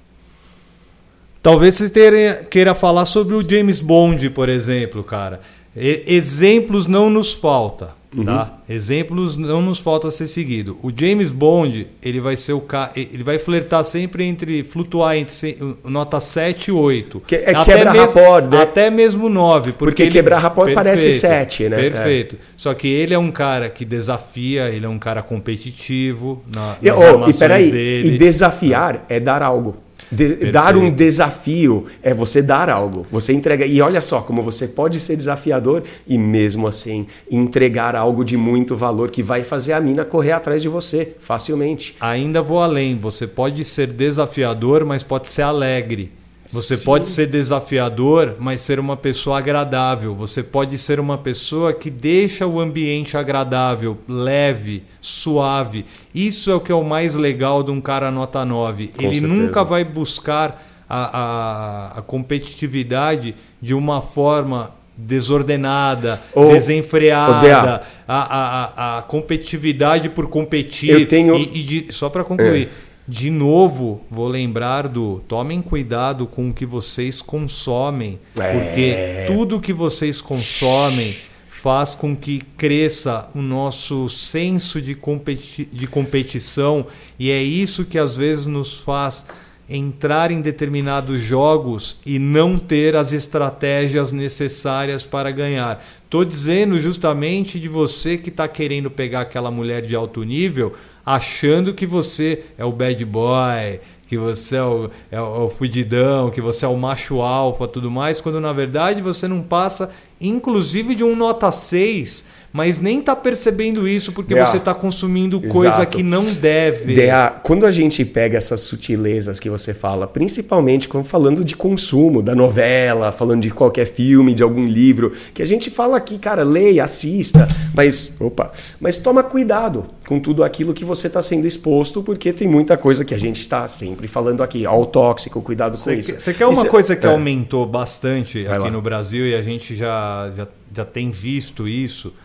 Talvez você ter, queira falar sobre o James Bond, por exemplo, cara. E, exemplos não nos falta, uhum. tá? Exemplos não nos falta ser seguido. O James Bond, ele vai ser o ca... ele vai flertar sempre entre flutuar entre nota sete e oito. Que é quebra-rapport, né? Até mesmo nove, porque, porque ele... quebra-rapport parece sete, né? Perfeito. É. Só que ele é um cara que desafia, ele é um cara competitivo na, e, nas oh, armações e peraí, dele. E desafiar é dar algo. De, dar um desafio é você dar algo. Você entrega. E olha só como você pode ser desafiador e mesmo assim entregar algo de muito valor que vai fazer a mina correr atrás de você facilmente. Ainda vou além. Você pode ser desafiador, mas pode ser alegre. Você Sim. pode ser desafiador, mas ser uma pessoa agradável. Você pode ser uma pessoa que deixa o ambiente agradável, leve, suave. Isso é o que é o mais legal de um cara nota nove. Com Ele certeza. Nunca vai buscar a, a, a competitividade de uma forma desordenada, oh, desenfreada, oh, a, a, a competitividade por competir. Eu tenho... E, e de, só para concluir... É. De novo, vou lembrar do tomem cuidado com o que vocês consomem, é. porque tudo que vocês consomem faz com que cresça o nosso senso de, competi- de competição e é isso que às vezes nos faz entrar em determinados jogos e não ter as estratégias necessárias para ganhar. Estou dizendo justamente de você que está querendo pegar aquela mulher de alto nível achando que você é o bad boy, que você é o, é o fudidão, que você é o macho alfa, tudo mais, quando na verdade você não passa, inclusive de um nota seis, mas nem está percebendo isso porque Dea, você está consumindo coisa exato. Que não deve. Dea, quando a gente pega essas sutilezas que você fala, principalmente quando falando de consumo, da novela, falando de qualquer filme, de algum livro, que a gente fala aqui, cara, leia, assista, mas, opa, mas toma cuidado com tudo aquilo que você está sendo exposto, porque tem muita coisa que a gente está sempre falando aqui, ó, o tóxico, cuidado com cê, isso. Você quer uma isso, coisa que é. aumentou bastante Vai aqui lá. no Brasil e a gente já, já, já tem visto isso?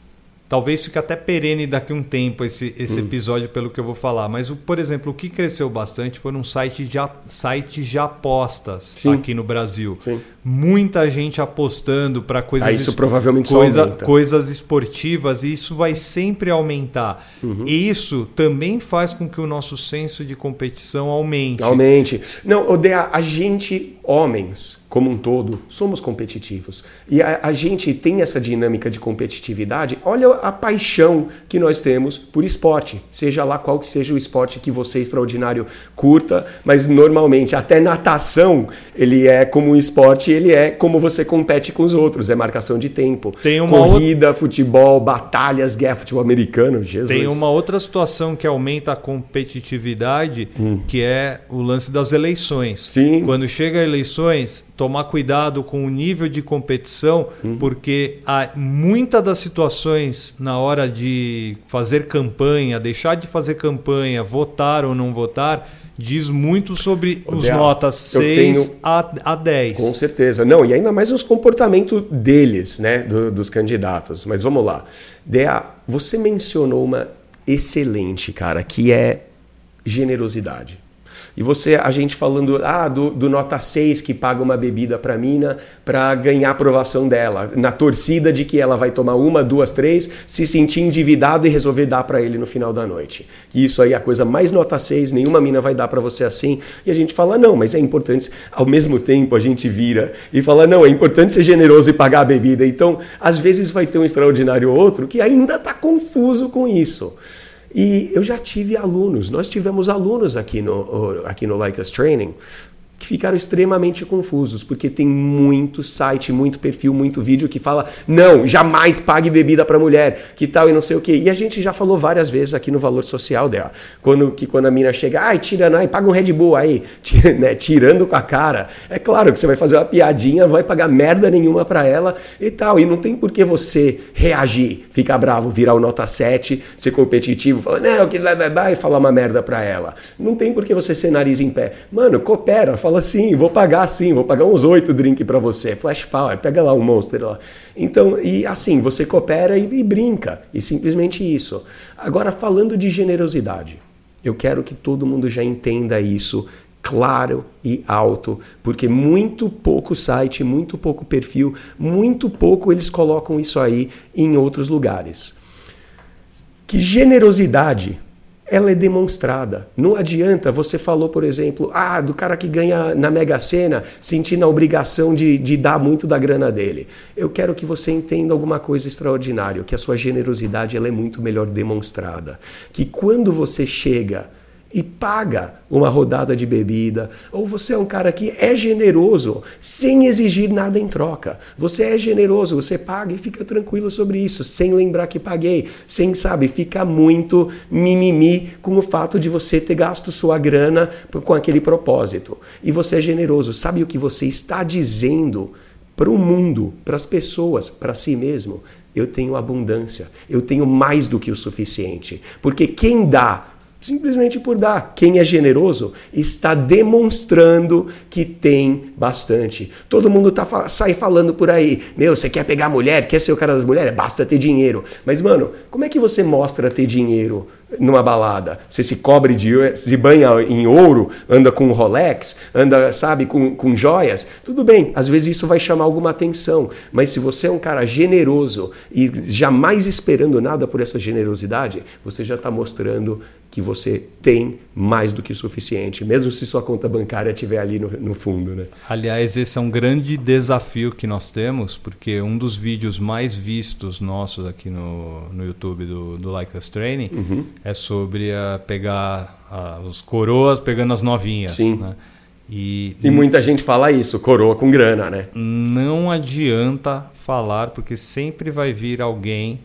Talvez fique até perene daqui a um tempo esse, esse hum. episódio pelo que eu vou falar. Mas, por exemplo, o que cresceu bastante foram um site de, sites de apostas Sim. aqui no Brasil. Sim. Muita gente apostando para coisas, ah, isso es... provavelmente coisa, coisas esportivas e isso vai sempre aumentar. Uhum. E isso também faz com que o nosso senso de competição aumente. Aumente. Não, Odea, a gente, homens, como um todo, somos competitivos. E a, a gente tem essa dinâmica de competitividade. Olha a paixão que nós temos por esporte. Seja lá qual que seja o esporte que você, extraordinário, curta, mas normalmente até natação, ele é como um esporte, ele é como você compete com os outros. É marcação de tempo. Tem uma corrida, outra... futebol, batalhas, guerra, futebol americano. Jesus. Tem uma outra situação que aumenta a competitividade, hum. que é o lance das eleições. Sim. Quando chega a eleições, tomar cuidado com o nível de competição, hum. porque há muitas das situações na hora de fazer campanha, deixar de fazer campanha, votar ou não votar, diz muito sobre os Dea, notas seis tenho... a dez. Com certeza. Não, e ainda mais os comportamentos deles, né, do, dos candidatos. Mas vamos lá. Dea, você mencionou uma excelente, cara, que é generosidade. E você, a gente falando ah, do, do nota seis que paga uma bebida para a mina para ganhar a aprovação dela, na torcida de que ela vai tomar uma, duas, três, se sentir endividado e resolver dar para ele no final da noite. E isso aí é a coisa mais nota seis, nenhuma mina vai dar para você assim. E a gente fala, não, mas é importante, ao mesmo tempo a gente vira e fala, não, é importante ser generoso e pagar a bebida. Então, às vezes vai ter um extraordinário outro que ainda está confuso com isso. E eu já tive alunos, nós tivemos alunos aqui no, aqui no Like Us Training que ficaram extremamente confusos, porque tem muito site, muito perfil, muito vídeo que fala, não, jamais pague bebida para mulher, que tal e não sei o quê. E a gente já falou várias vezes aqui no Valor Social dela, quando, que quando a mina chega, ai, tirando, ai, paga um Red Bull aí, tira, né, tirando com a cara, é claro que você vai fazer uma piadinha, vai pagar merda nenhuma para ela e tal, e não tem por que você reagir, ficar bravo, virar o nota sete, ser competitivo, falar, não, que vai, vai, vai, e falar uma merda para ela. Não tem por que você ser nariz em pé. Mano, coopera, fala assim, vou pagar sim, vou pagar uns oito drinks para você, Flash Power, pega lá um Monster lá. Então, e assim, você coopera e, e brinca, e simplesmente isso. Agora, falando de generosidade, eu quero que todo mundo já entenda isso claro e alto, porque muito pouco site, muito pouco perfil, muito pouco eles colocam isso aí em outros lugares. Que generosidade, ela é demonstrada. Não adianta, você falou, por exemplo, ah, do cara que ganha na Mega Sena, sentindo a obrigação de, de dar muito da grana dele. Eu quero que você entenda alguma coisa extraordinária, que a sua generosidade ela é muito melhor demonstrada. Que quando você chega e paga uma rodada de bebida, ou você é um cara que é generoso sem exigir nada em troca. Você é generoso, você paga e fica tranquilo sobre isso, sem lembrar que paguei, sem, sabe, ficar muito mimimi com o fato de você ter gasto sua grana com aquele propósito. E você é generoso, sabe o que você está dizendo para o mundo, para as pessoas, para si mesmo? Eu tenho abundância, eu tenho mais do que o suficiente, porque quem dá simplesmente por dar. Quem é generoso está demonstrando que tem bastante. Todo mundo tá, sai falando por aí, meu, você quer pegar mulher, quer ser o cara das mulheres? Basta ter dinheiro. Mas, mano, como é que você mostra ter dinheiro numa balada? Você se cobre de, se banha em ouro, anda com um Rolex, anda, sabe, com, com joias? Tudo bem, às vezes isso vai chamar alguma atenção, mas se você é um cara generoso e jamais esperando nada por essa generosidade, você já está mostrando que você tem mais do que o suficiente, mesmo se sua conta bancária estiver ali no, no fundo, né? Aliás, esse é um grande desafio que nós temos, porque um dos vídeos mais vistos nossos aqui no, no YouTube do, do Like Us Training uhum. é sobre a pegar a, os coroas pegando as novinhas. Sim. Né? E, e muita gente fala isso, coroa com grana, né? Não adianta falar, porque sempre vai vir alguém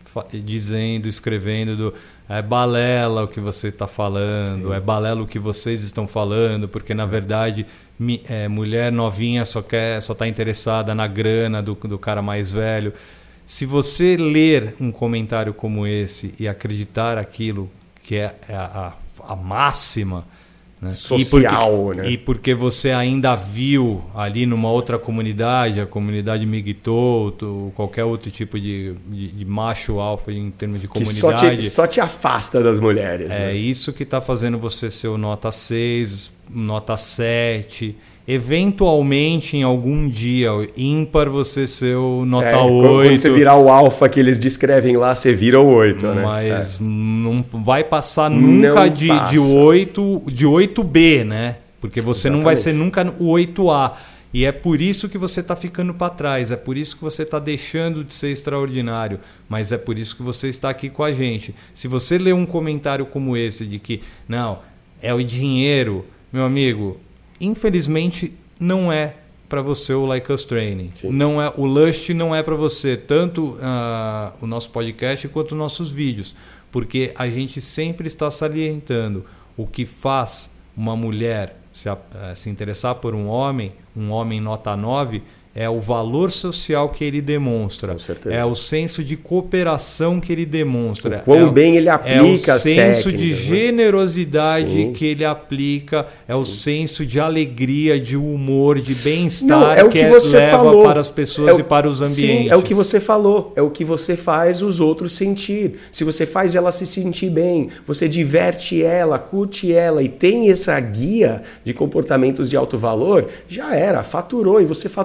dizendo, escrevendo do é balela o que você está falando, Sim. é balela o que vocês estão falando, porque na verdade mi, é, mulher novinha só quer, só está interessada na grana do, do cara mais velho. Se você ler um comentário como esse e acreditar aquilo que é a, a, a máxima, né? social, e porque, né? E porque você ainda viu ali numa outra comunidade, a comunidade Migtoto, qualquer outro tipo de, de, de macho alfa em termos de comunidade. Que só te, só te afasta das mulheres. É né? isso que está fazendo você ser o nota seis, nota sete. Eventualmente, em algum dia ímpar, você ser o nota é, oito. Quando você virar o alfa que eles descrevem lá, você vira o oito, né? Mas é. não vai passar nunca de, passa. de oito, de oito B, né? Porque você Exatamente. Não vai ser nunca o oito A. E é por isso que você está ficando para trás, é por isso que você está deixando de ser extraordinário, mas é por isso que você está aqui com a gente. Se você ler um comentário como esse de que, não, é o dinheiro, meu amigo... Infelizmente não é para você o Like Us Training. Sim. Não é, o Lust não é para você, tanto uh, o nosso podcast quanto os nossos vídeos, porque a gente sempre está salientando o que faz uma mulher se, uh, se interessar por um homem, um homem nota nove, é o valor social que ele demonstra, Com certeza. É o senso de cooperação que ele demonstra, o quão é, bem ele aplica as técnicas, é o senso de generosidade Sim. que ele aplica, é Sim. o senso de alegria, de humor, de Não, bem-estar é o que, que você leva falou. para as pessoas é o, e para os ambientes. Sim, é o que você falou, é o que você faz os outros sentir. Se você faz ela se sentir bem, você diverte ela, curte ela e tem essa guia de comportamentos de alto valor, já era, faturou e você fatura qualquer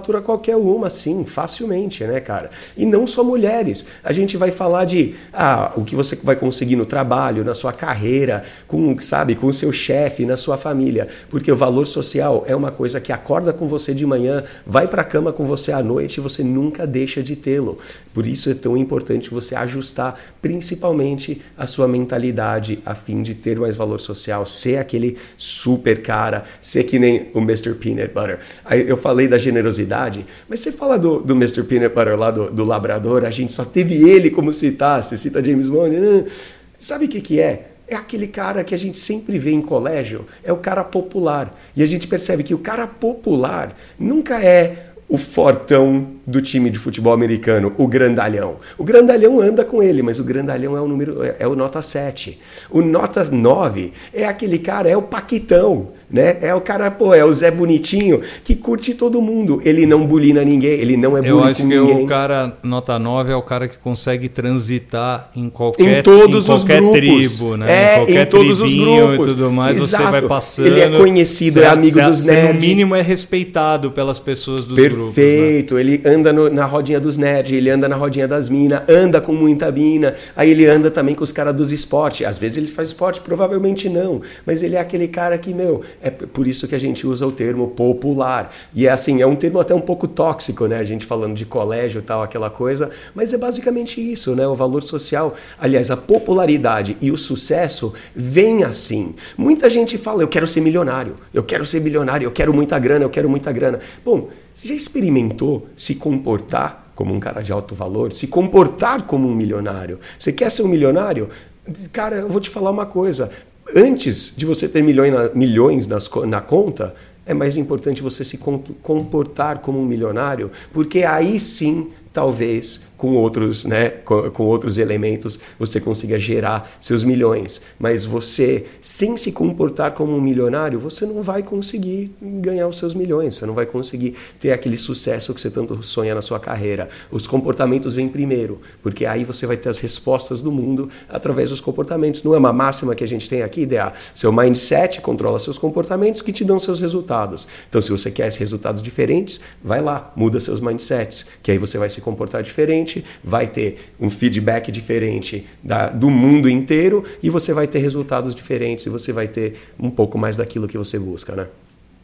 qualquer uma, sim, facilmente, né, cara? E não só mulheres. A gente vai falar de ah, o que você vai conseguir no trabalho, na sua carreira, com, sabe, com o seu chefe, na sua família. Porque o valor social é uma coisa que acorda com você de manhã, vai pra cama com você à noite e você nunca deixa de tê-lo. Por isso é tão importante você ajustar principalmente a sua mentalidade a fim de ter mais valor social, ser aquele super cara, ser que nem o mister Peanut Butter. Aí eu falei da generosidade, mas você fala do, do mister Peanut Butter lá, do, do Labrador, a gente só teve ele como citar, você cita James Bond, né? Sabe o que que é? É aquele cara que a gente sempre vê em colégio, é o cara popular. E a gente percebe que o cara popular nunca é o fortão do time de futebol americano, o grandalhão. O grandalhão anda com ele, mas o grandalhão é o número, é o nota sete. O nota nove é aquele cara, é o paquitão, né? É o cara, pô, é o Zé Bonitinho que curte todo mundo. Ele não bulina ninguém, ele não é bully Eu acho com que ninguém. O cara nota nove é o cara que consegue transitar em qualquer, em todos em os qualquer grupos. tribo, né? É, em, qualquer em todos os grupos. E tudo mais, Exato. Você vai passando. Ele é conhecido, você, é amigo você, dos você, nerds. no mínimo é respeitado pelas pessoas dos Perfeito. grupos. Né? Perfeito. Ele anda no, na rodinha dos nerds, ele anda na rodinha das minas, anda com muita mina, aí ele anda também com os caras dos esportes. Às vezes ele faz esporte, provavelmente não, mas ele é aquele cara que, meu, é por isso que a gente usa o termo popular. E é assim, é um termo até um pouco tóxico, né? A gente falando de colégio e tal, aquela coisa, mas é basicamente isso, né? O valor social, aliás, a popularidade e o sucesso vem assim. Muita gente fala, eu quero ser milionário, eu quero ser milionário, eu quero muita grana, eu quero muita grana. Bom, você já experimentou se comportar como um cara de alto valor? Se comportar como um milionário? Você quer ser um milionário? Cara, eu vou te falar uma coisa. Antes de você ter milhões na, milhões nas, na conta, é mais importante você se comportar como um milionário, porque aí sim, talvez, com outros, né, com, com outros elementos, você consiga gerar seus milhões. Mas você, sem se comportar como um milionário, você não vai conseguir ganhar os seus milhões, você não vai conseguir ter aquele sucesso que você tanto sonha na sua carreira. Os comportamentos vêm primeiro, porque aí você vai ter as respostas do mundo através dos comportamentos. Não é uma máxima que a gente tem aqui, ideia? Seu mindset controla seus comportamentos que te dão seus resultados. Então, se você quer resultados diferentes, vai lá, muda seus mindsets, que aí você vai se comportar diferente, vai ter um feedback diferente da, do mundo inteiro e você vai ter resultados diferentes e você vai ter um pouco mais daquilo que você busca, né?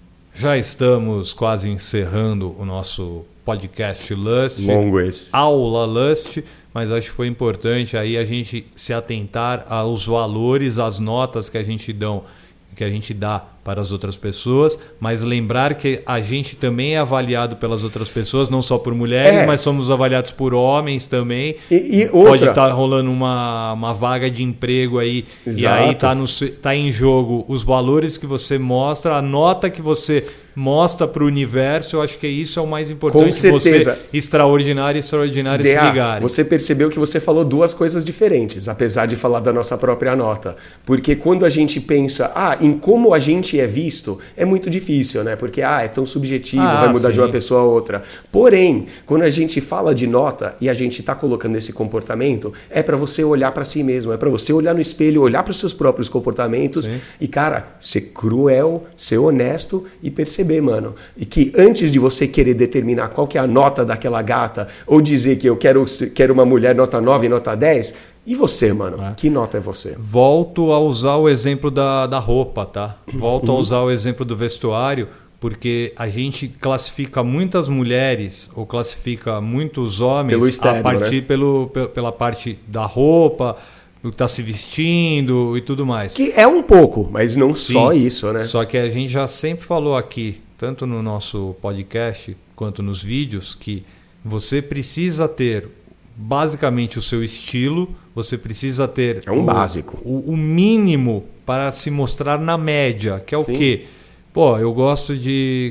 Já estamos quase encerrando o nosso podcast Lust, Longo esse. Aula Lust, mas acho que foi importante aí a gente se atentar aos valores, às notas que a gente dão, que a gente dá para as outras pessoas, mas lembrar que a gente também é avaliado pelas outras pessoas, não só por mulheres, é. mas somos avaliados por homens também. E, e outra... Pode estar rolando uma, uma vaga de emprego aí, Exato. E aí está tá em jogo os valores que você mostra, a nota que você mostra para o universo. Eu acho que isso é o mais importante. Com certeza. Você, extraordinário e extraordinário, D A, se ligarem. Você percebeu que você falou duas coisas diferentes, apesar de falar da nossa própria nota. Porque quando a gente pensa ah, em como a gente é visto, é muito difícil, né? Porque ah, é tão subjetivo, ah, vai mudar sim. de uma pessoa a outra. Porém, quando a gente fala de nota e a gente está colocando esse comportamento, é para você olhar para si mesmo, é para você olhar no espelho, olhar para os seus próprios comportamentos sim. E, cara, ser cruel, ser honesto e perceber, mano, e que antes de você querer determinar qual que é a nota daquela gata ou dizer que eu quero, quero uma mulher nota nove, nota dez, e você, mano? É. Que nota é você? Volto a usar o exemplo da, da roupa, tá? Volto uhum. a usar o exemplo do vestuário, porque a gente classifica muitas mulheres ou classifica muitos homens pelo externo, a partir né? pelo, pela parte da roupa, do que está se vestindo e tudo mais. Que é um pouco, mas não Sim, só isso, né? Só que a gente já sempre falou aqui, tanto no nosso podcast quanto nos vídeos, que você precisa ter basicamente o seu estilo, você precisa ter é um o, básico. O, o mínimo para se mostrar na média, que é o Sim. quê? Pô, eu gosto de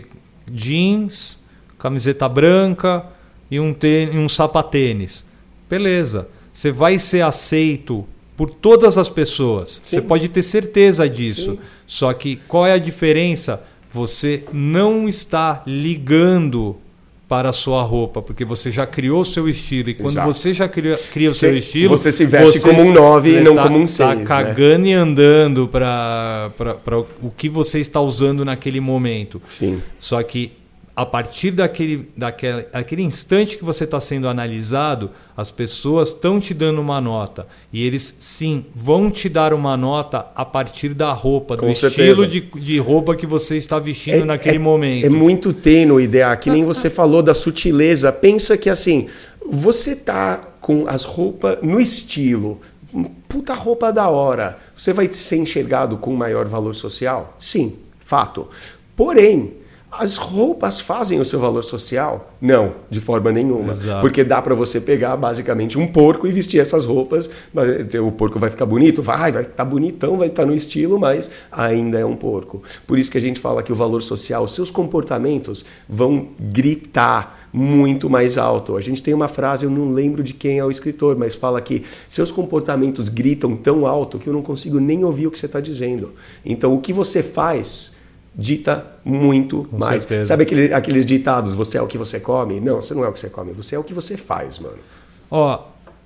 jeans, camiseta branca e um, tênis, um sapatênis. Beleza, você vai ser aceito por todas as pessoas. Sim. Você pode ter certeza disso. Sim. Só que qual é a diferença? Você não está ligando para a sua roupa, porque você já criou o seu estilo. E quando Exato. você já cria, cria você, o seu estilo... Você se veste você como um nove e não tá, como um seis. Está cagando né? e andando para o que você está usando naquele momento. Sim. Só que a partir daquele, daquele aquele instante que você está sendo analisado, as pessoas estão te dando uma nota. E eles, sim, vão te dar uma nota a partir da roupa, Com do certeza. estilo de, de roupa que você está vestindo É, naquele é, momento. É muito tênue, ideia, que nem você falou da sutileza. Pensa que assim, você tá com as roupas no estilo, puta roupa da hora, você vai ser enxergado com maior valor social? Sim, fato. Porém, as roupas fazem o seu valor social? Não, de forma nenhuma. Exato. Porque dá para você pegar basicamente um porco e vestir essas roupas. O porco vai ficar bonito? Vai, vai estar bonitão, vai estar no estilo, mas ainda é um porco. Por isso que a gente fala que o valor social, os seus comportamentos vão gritar muito mais alto. A gente tem uma frase, eu não lembro de quem é o escritor, mas fala que seus comportamentos gritam tão alto que eu não consigo nem ouvir o que você está dizendo. Então, o que você faz dita muito Com mais. certeza. Sabe aquele, aqueles ditados, você é o que você come? Não, você não é o que você come, você é o que você faz, mano. Ó,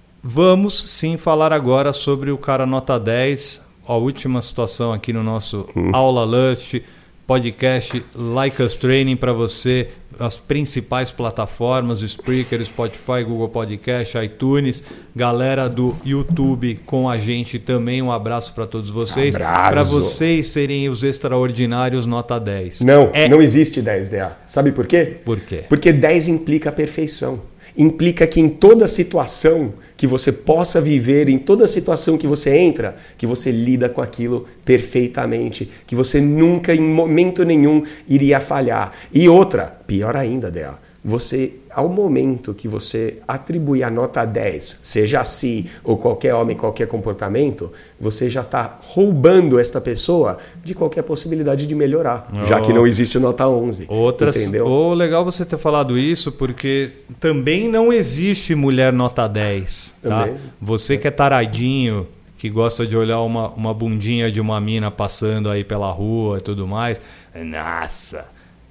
vamos sim falar agora sobre o cara nota dez, a última situação aqui no nosso hum. Aula Lust, podcast Like Us Training para você, as principais plataformas, Spreaker, Spotify, Google Podcast, iTunes, galera do YouTube com a gente também, um abraço para todos vocês, para vocês serem os extraordinários nota dez. Não, é... não existe dez, D A. Sabe por quê? Por quê? Porque dez implica a perfeição. Implica que em toda situação que você possa viver, em toda situação que você entra, que você lida com aquilo perfeitamente, que você nunca, em momento nenhum, iria falhar. E outra, pior ainda, D A, você, ao momento que você atribui a nota dez, seja a si ou qualquer homem, qualquer comportamento, você já está roubando esta pessoa de qualquer possibilidade de melhorar, oh. já que não existe nota onze. Outras, entendeu? Oh, legal você ter falado isso, porque também não existe mulher nota dez. Tá? Você que é taradinho, que gosta de olhar uma, uma bundinha de uma mina passando aí pela rua e tudo mais, nossa...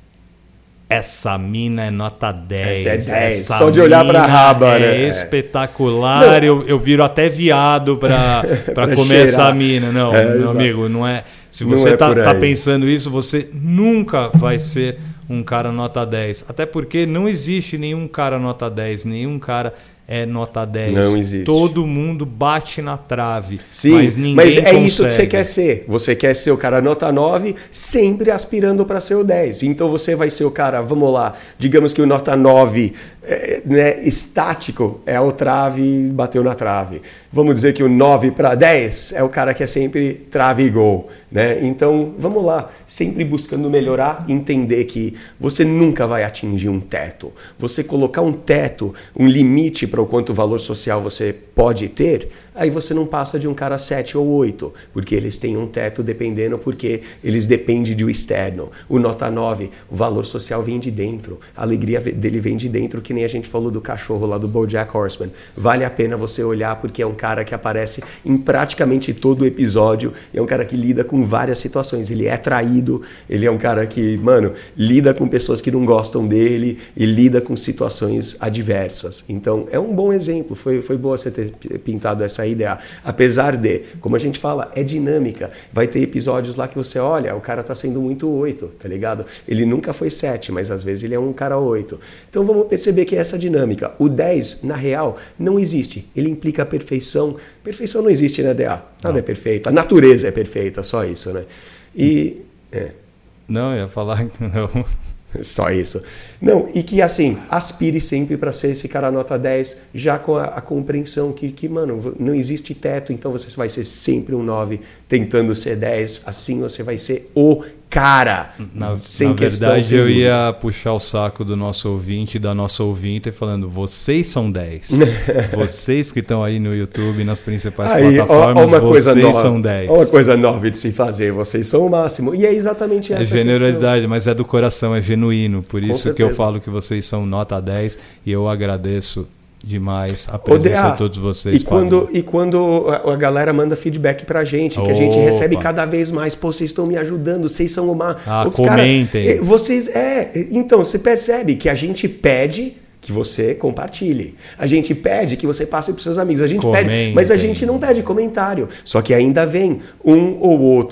Essa mina é nota dez. Essa é dez. Essa Só de olhar pra raba, é né? Espetacular. Eu, eu viro até viado pra, pra, pra comer cheirar. Essa mina. Não, é, meu exato. amigo, não é. Se você é tá, tá pensando isso, você nunca vai ser um cara nota dez. Até porque não existe nenhum cara nota dez, nenhum cara é nota dez. Não existe. Todo mundo bate na trave. Sim, mas ninguém mas é consegue. Isso que você quer ser. Você quer ser o cara nota nove, sempre aspirando para ser o dez. Então você vai ser o cara, vamos lá, digamos que o nota nove é, né, estático é o trave, bateu na trave. Vamos dizer que o nove para dez é o cara que é sempre trave e gol. Né? Então, vamos lá, sempre buscando melhorar, entender que você nunca vai atingir um teto. Você colocar um teto, um limite para o quanto valor social você pode ter, aí você não passa de um cara sete ou oito, porque eles têm um teto dependendo, porque eles dependem do externo. O nota nove, o valor social vem de dentro, a alegria dele vem de dentro, que nem a gente falou do cachorro lá do BoJack Horseman. Vale a pena você olhar, porque é um cara que aparece em praticamente todo o episódio, é um cara que lida com várias situações, ele é traído, ele é um cara que, mano, lida com pessoas que não gostam dele e lida com situações adversas. Então, é um bom exemplo, foi, foi boa você ter pintado essa ideia. Apesar de, como a gente fala, é dinâmica. Vai ter episódios lá que você olha, o cara tá sendo muito oito, tá ligado? Ele nunca foi sete, mas às vezes ele é um cara oito. Então vamos perceber que é essa dinâmica. O dez, na real, não existe. Ele implica a perfeição. Perfeição não existe, né, D A? Nada não. é perfeito. A natureza é perfeita, só isso, né? E... É. Não, eu ia falar que não... Só isso. Não, e que assim, aspire sempre para ser esse cara nota dez, já com a, a compreensão que, que, mano, não existe teto, então você vai ser sempre um nove tentando ser dez, assim você vai ser o cara. Na, sem na questão, verdade, sem eu dúvida. ia puxar o saco do nosso ouvinte, da nossa ouvinte, falando, vocês são dez. Vocês que estão aí no YouTube, nas principais aí, plataformas, ó, ó uma coisa vocês nova, são dez. Ó uma coisa nova de se fazer, vocês são o máximo. E é exatamente essa É generosidade, questão. mas é do coração, é genuíno. Por isso Com que eu certeza. falo que vocês são nota dez e eu agradeço demais a presença de todos vocês. E quando, e quando a, a galera manda feedback pra gente, que Opa. a gente recebe cada vez mais, pô, vocês estão me ajudando, vocês são uma... Ah, os comentem. Cara, vocês, é, então, você percebe que a gente pede que você compartilhe. A gente pede que você passe para os seus amigos. A gente Comentem. pede, mas a gente não pede comentário. Só que ainda vem um ou outro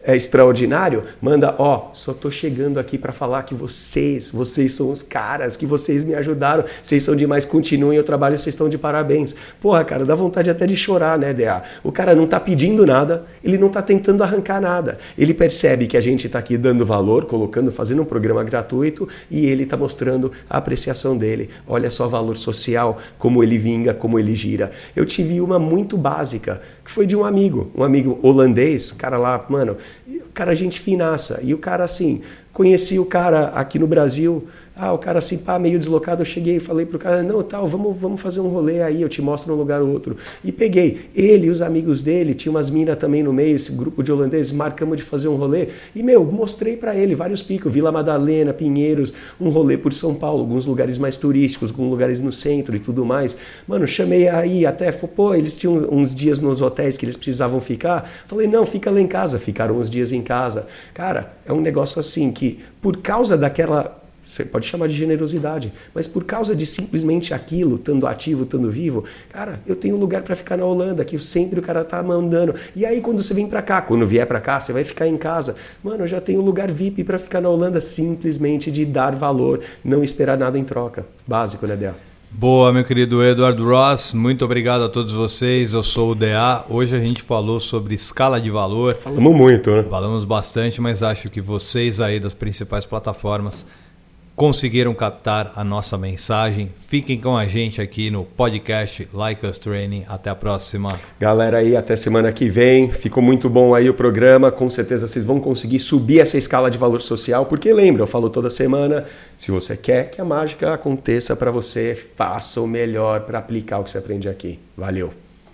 é extraordinário, manda, ó, só tô chegando aqui para falar que vocês, vocês são os caras, que vocês me ajudaram, vocês são demais, continuem o trabalho, vocês estão de parabéns. Porra, cara, dá vontade até de chorar, né, D A? O cara não tá pedindo nada, ele não tá tentando arrancar nada. Ele percebe que a gente tá aqui dando valor, colocando, fazendo um programa gratuito e ele tá mostrando a apreciação dele. Olha só o valor social, como ele vinga, como ele gira. Eu tive uma muito básica, que foi de um amigo, um amigo holandês, cara lá, mano, cara gente finaça, e o cara assim, conheci o cara aqui no Brasil, ah, o cara assim, pá, meio deslocado, eu cheguei e falei pro cara, não, tal, vamos, vamos fazer um rolê aí, eu te mostro um lugar ou outro. E peguei ele e os amigos dele, tinha umas minas também no meio, esse grupo de holandeses, marcamos de fazer um rolê, e meu, mostrei pra ele vários picos, Vila Madalena, Pinheiros, um rolê por São Paulo, alguns lugares mais turísticos, alguns lugares no centro e tudo mais. Mano, chamei aí até, pô, eles tinham uns dias nos hotéis que eles precisavam ficar, falei, não, fica lá em casa, ficaram uns dias em casa. Cara, é um negócio assim que, por causa daquela, você pode chamar de generosidade, mas por causa de simplesmente aquilo, estando ativo, estando vivo, cara, eu tenho um lugar para ficar na Holanda, que sempre o cara tá mandando. E aí quando você vem para cá, quando vier para cá, você vai ficar em casa. Mano, eu já tenho um lugar V I P para ficar na Holanda, simplesmente de dar valor, não esperar nada em troca. Básico, né, D A? Boa, meu querido Edward Ross, muito obrigado a todos vocês, eu sou o D A. Hoje a gente falou sobre escala de valor. Falamos muito, né? Falamos bastante, mas acho que vocês aí das principais plataformas conseguiram captar a nossa mensagem. Fiquem com a gente aqui no podcast Like Us Training. Até a próxima. Galera aí, até semana que vem. Ficou muito bom aí o programa. Com certeza vocês vão conseguir subir essa escala de valor social. Porque lembra, eu falo toda semana, se você quer que a mágica aconteça para você, faça o melhor para aplicar o que você aprende aqui. Valeu.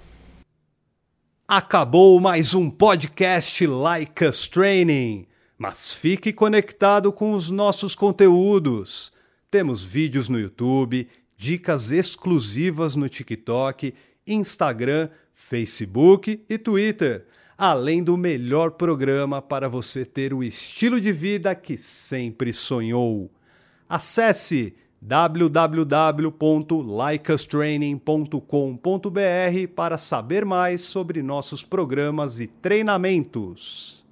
Acabou mais um podcast Like Us Training. Mas fique conectado com os nossos conteúdos. Temos vídeos no YouTube, dicas exclusivas no TikTok, Instagram, Facebook e Twitter, além do melhor programa para você ter o estilo de vida que sempre sonhou. Acesse w w w ponto like us training ponto com ponto b r para saber mais sobre nossos programas e treinamentos.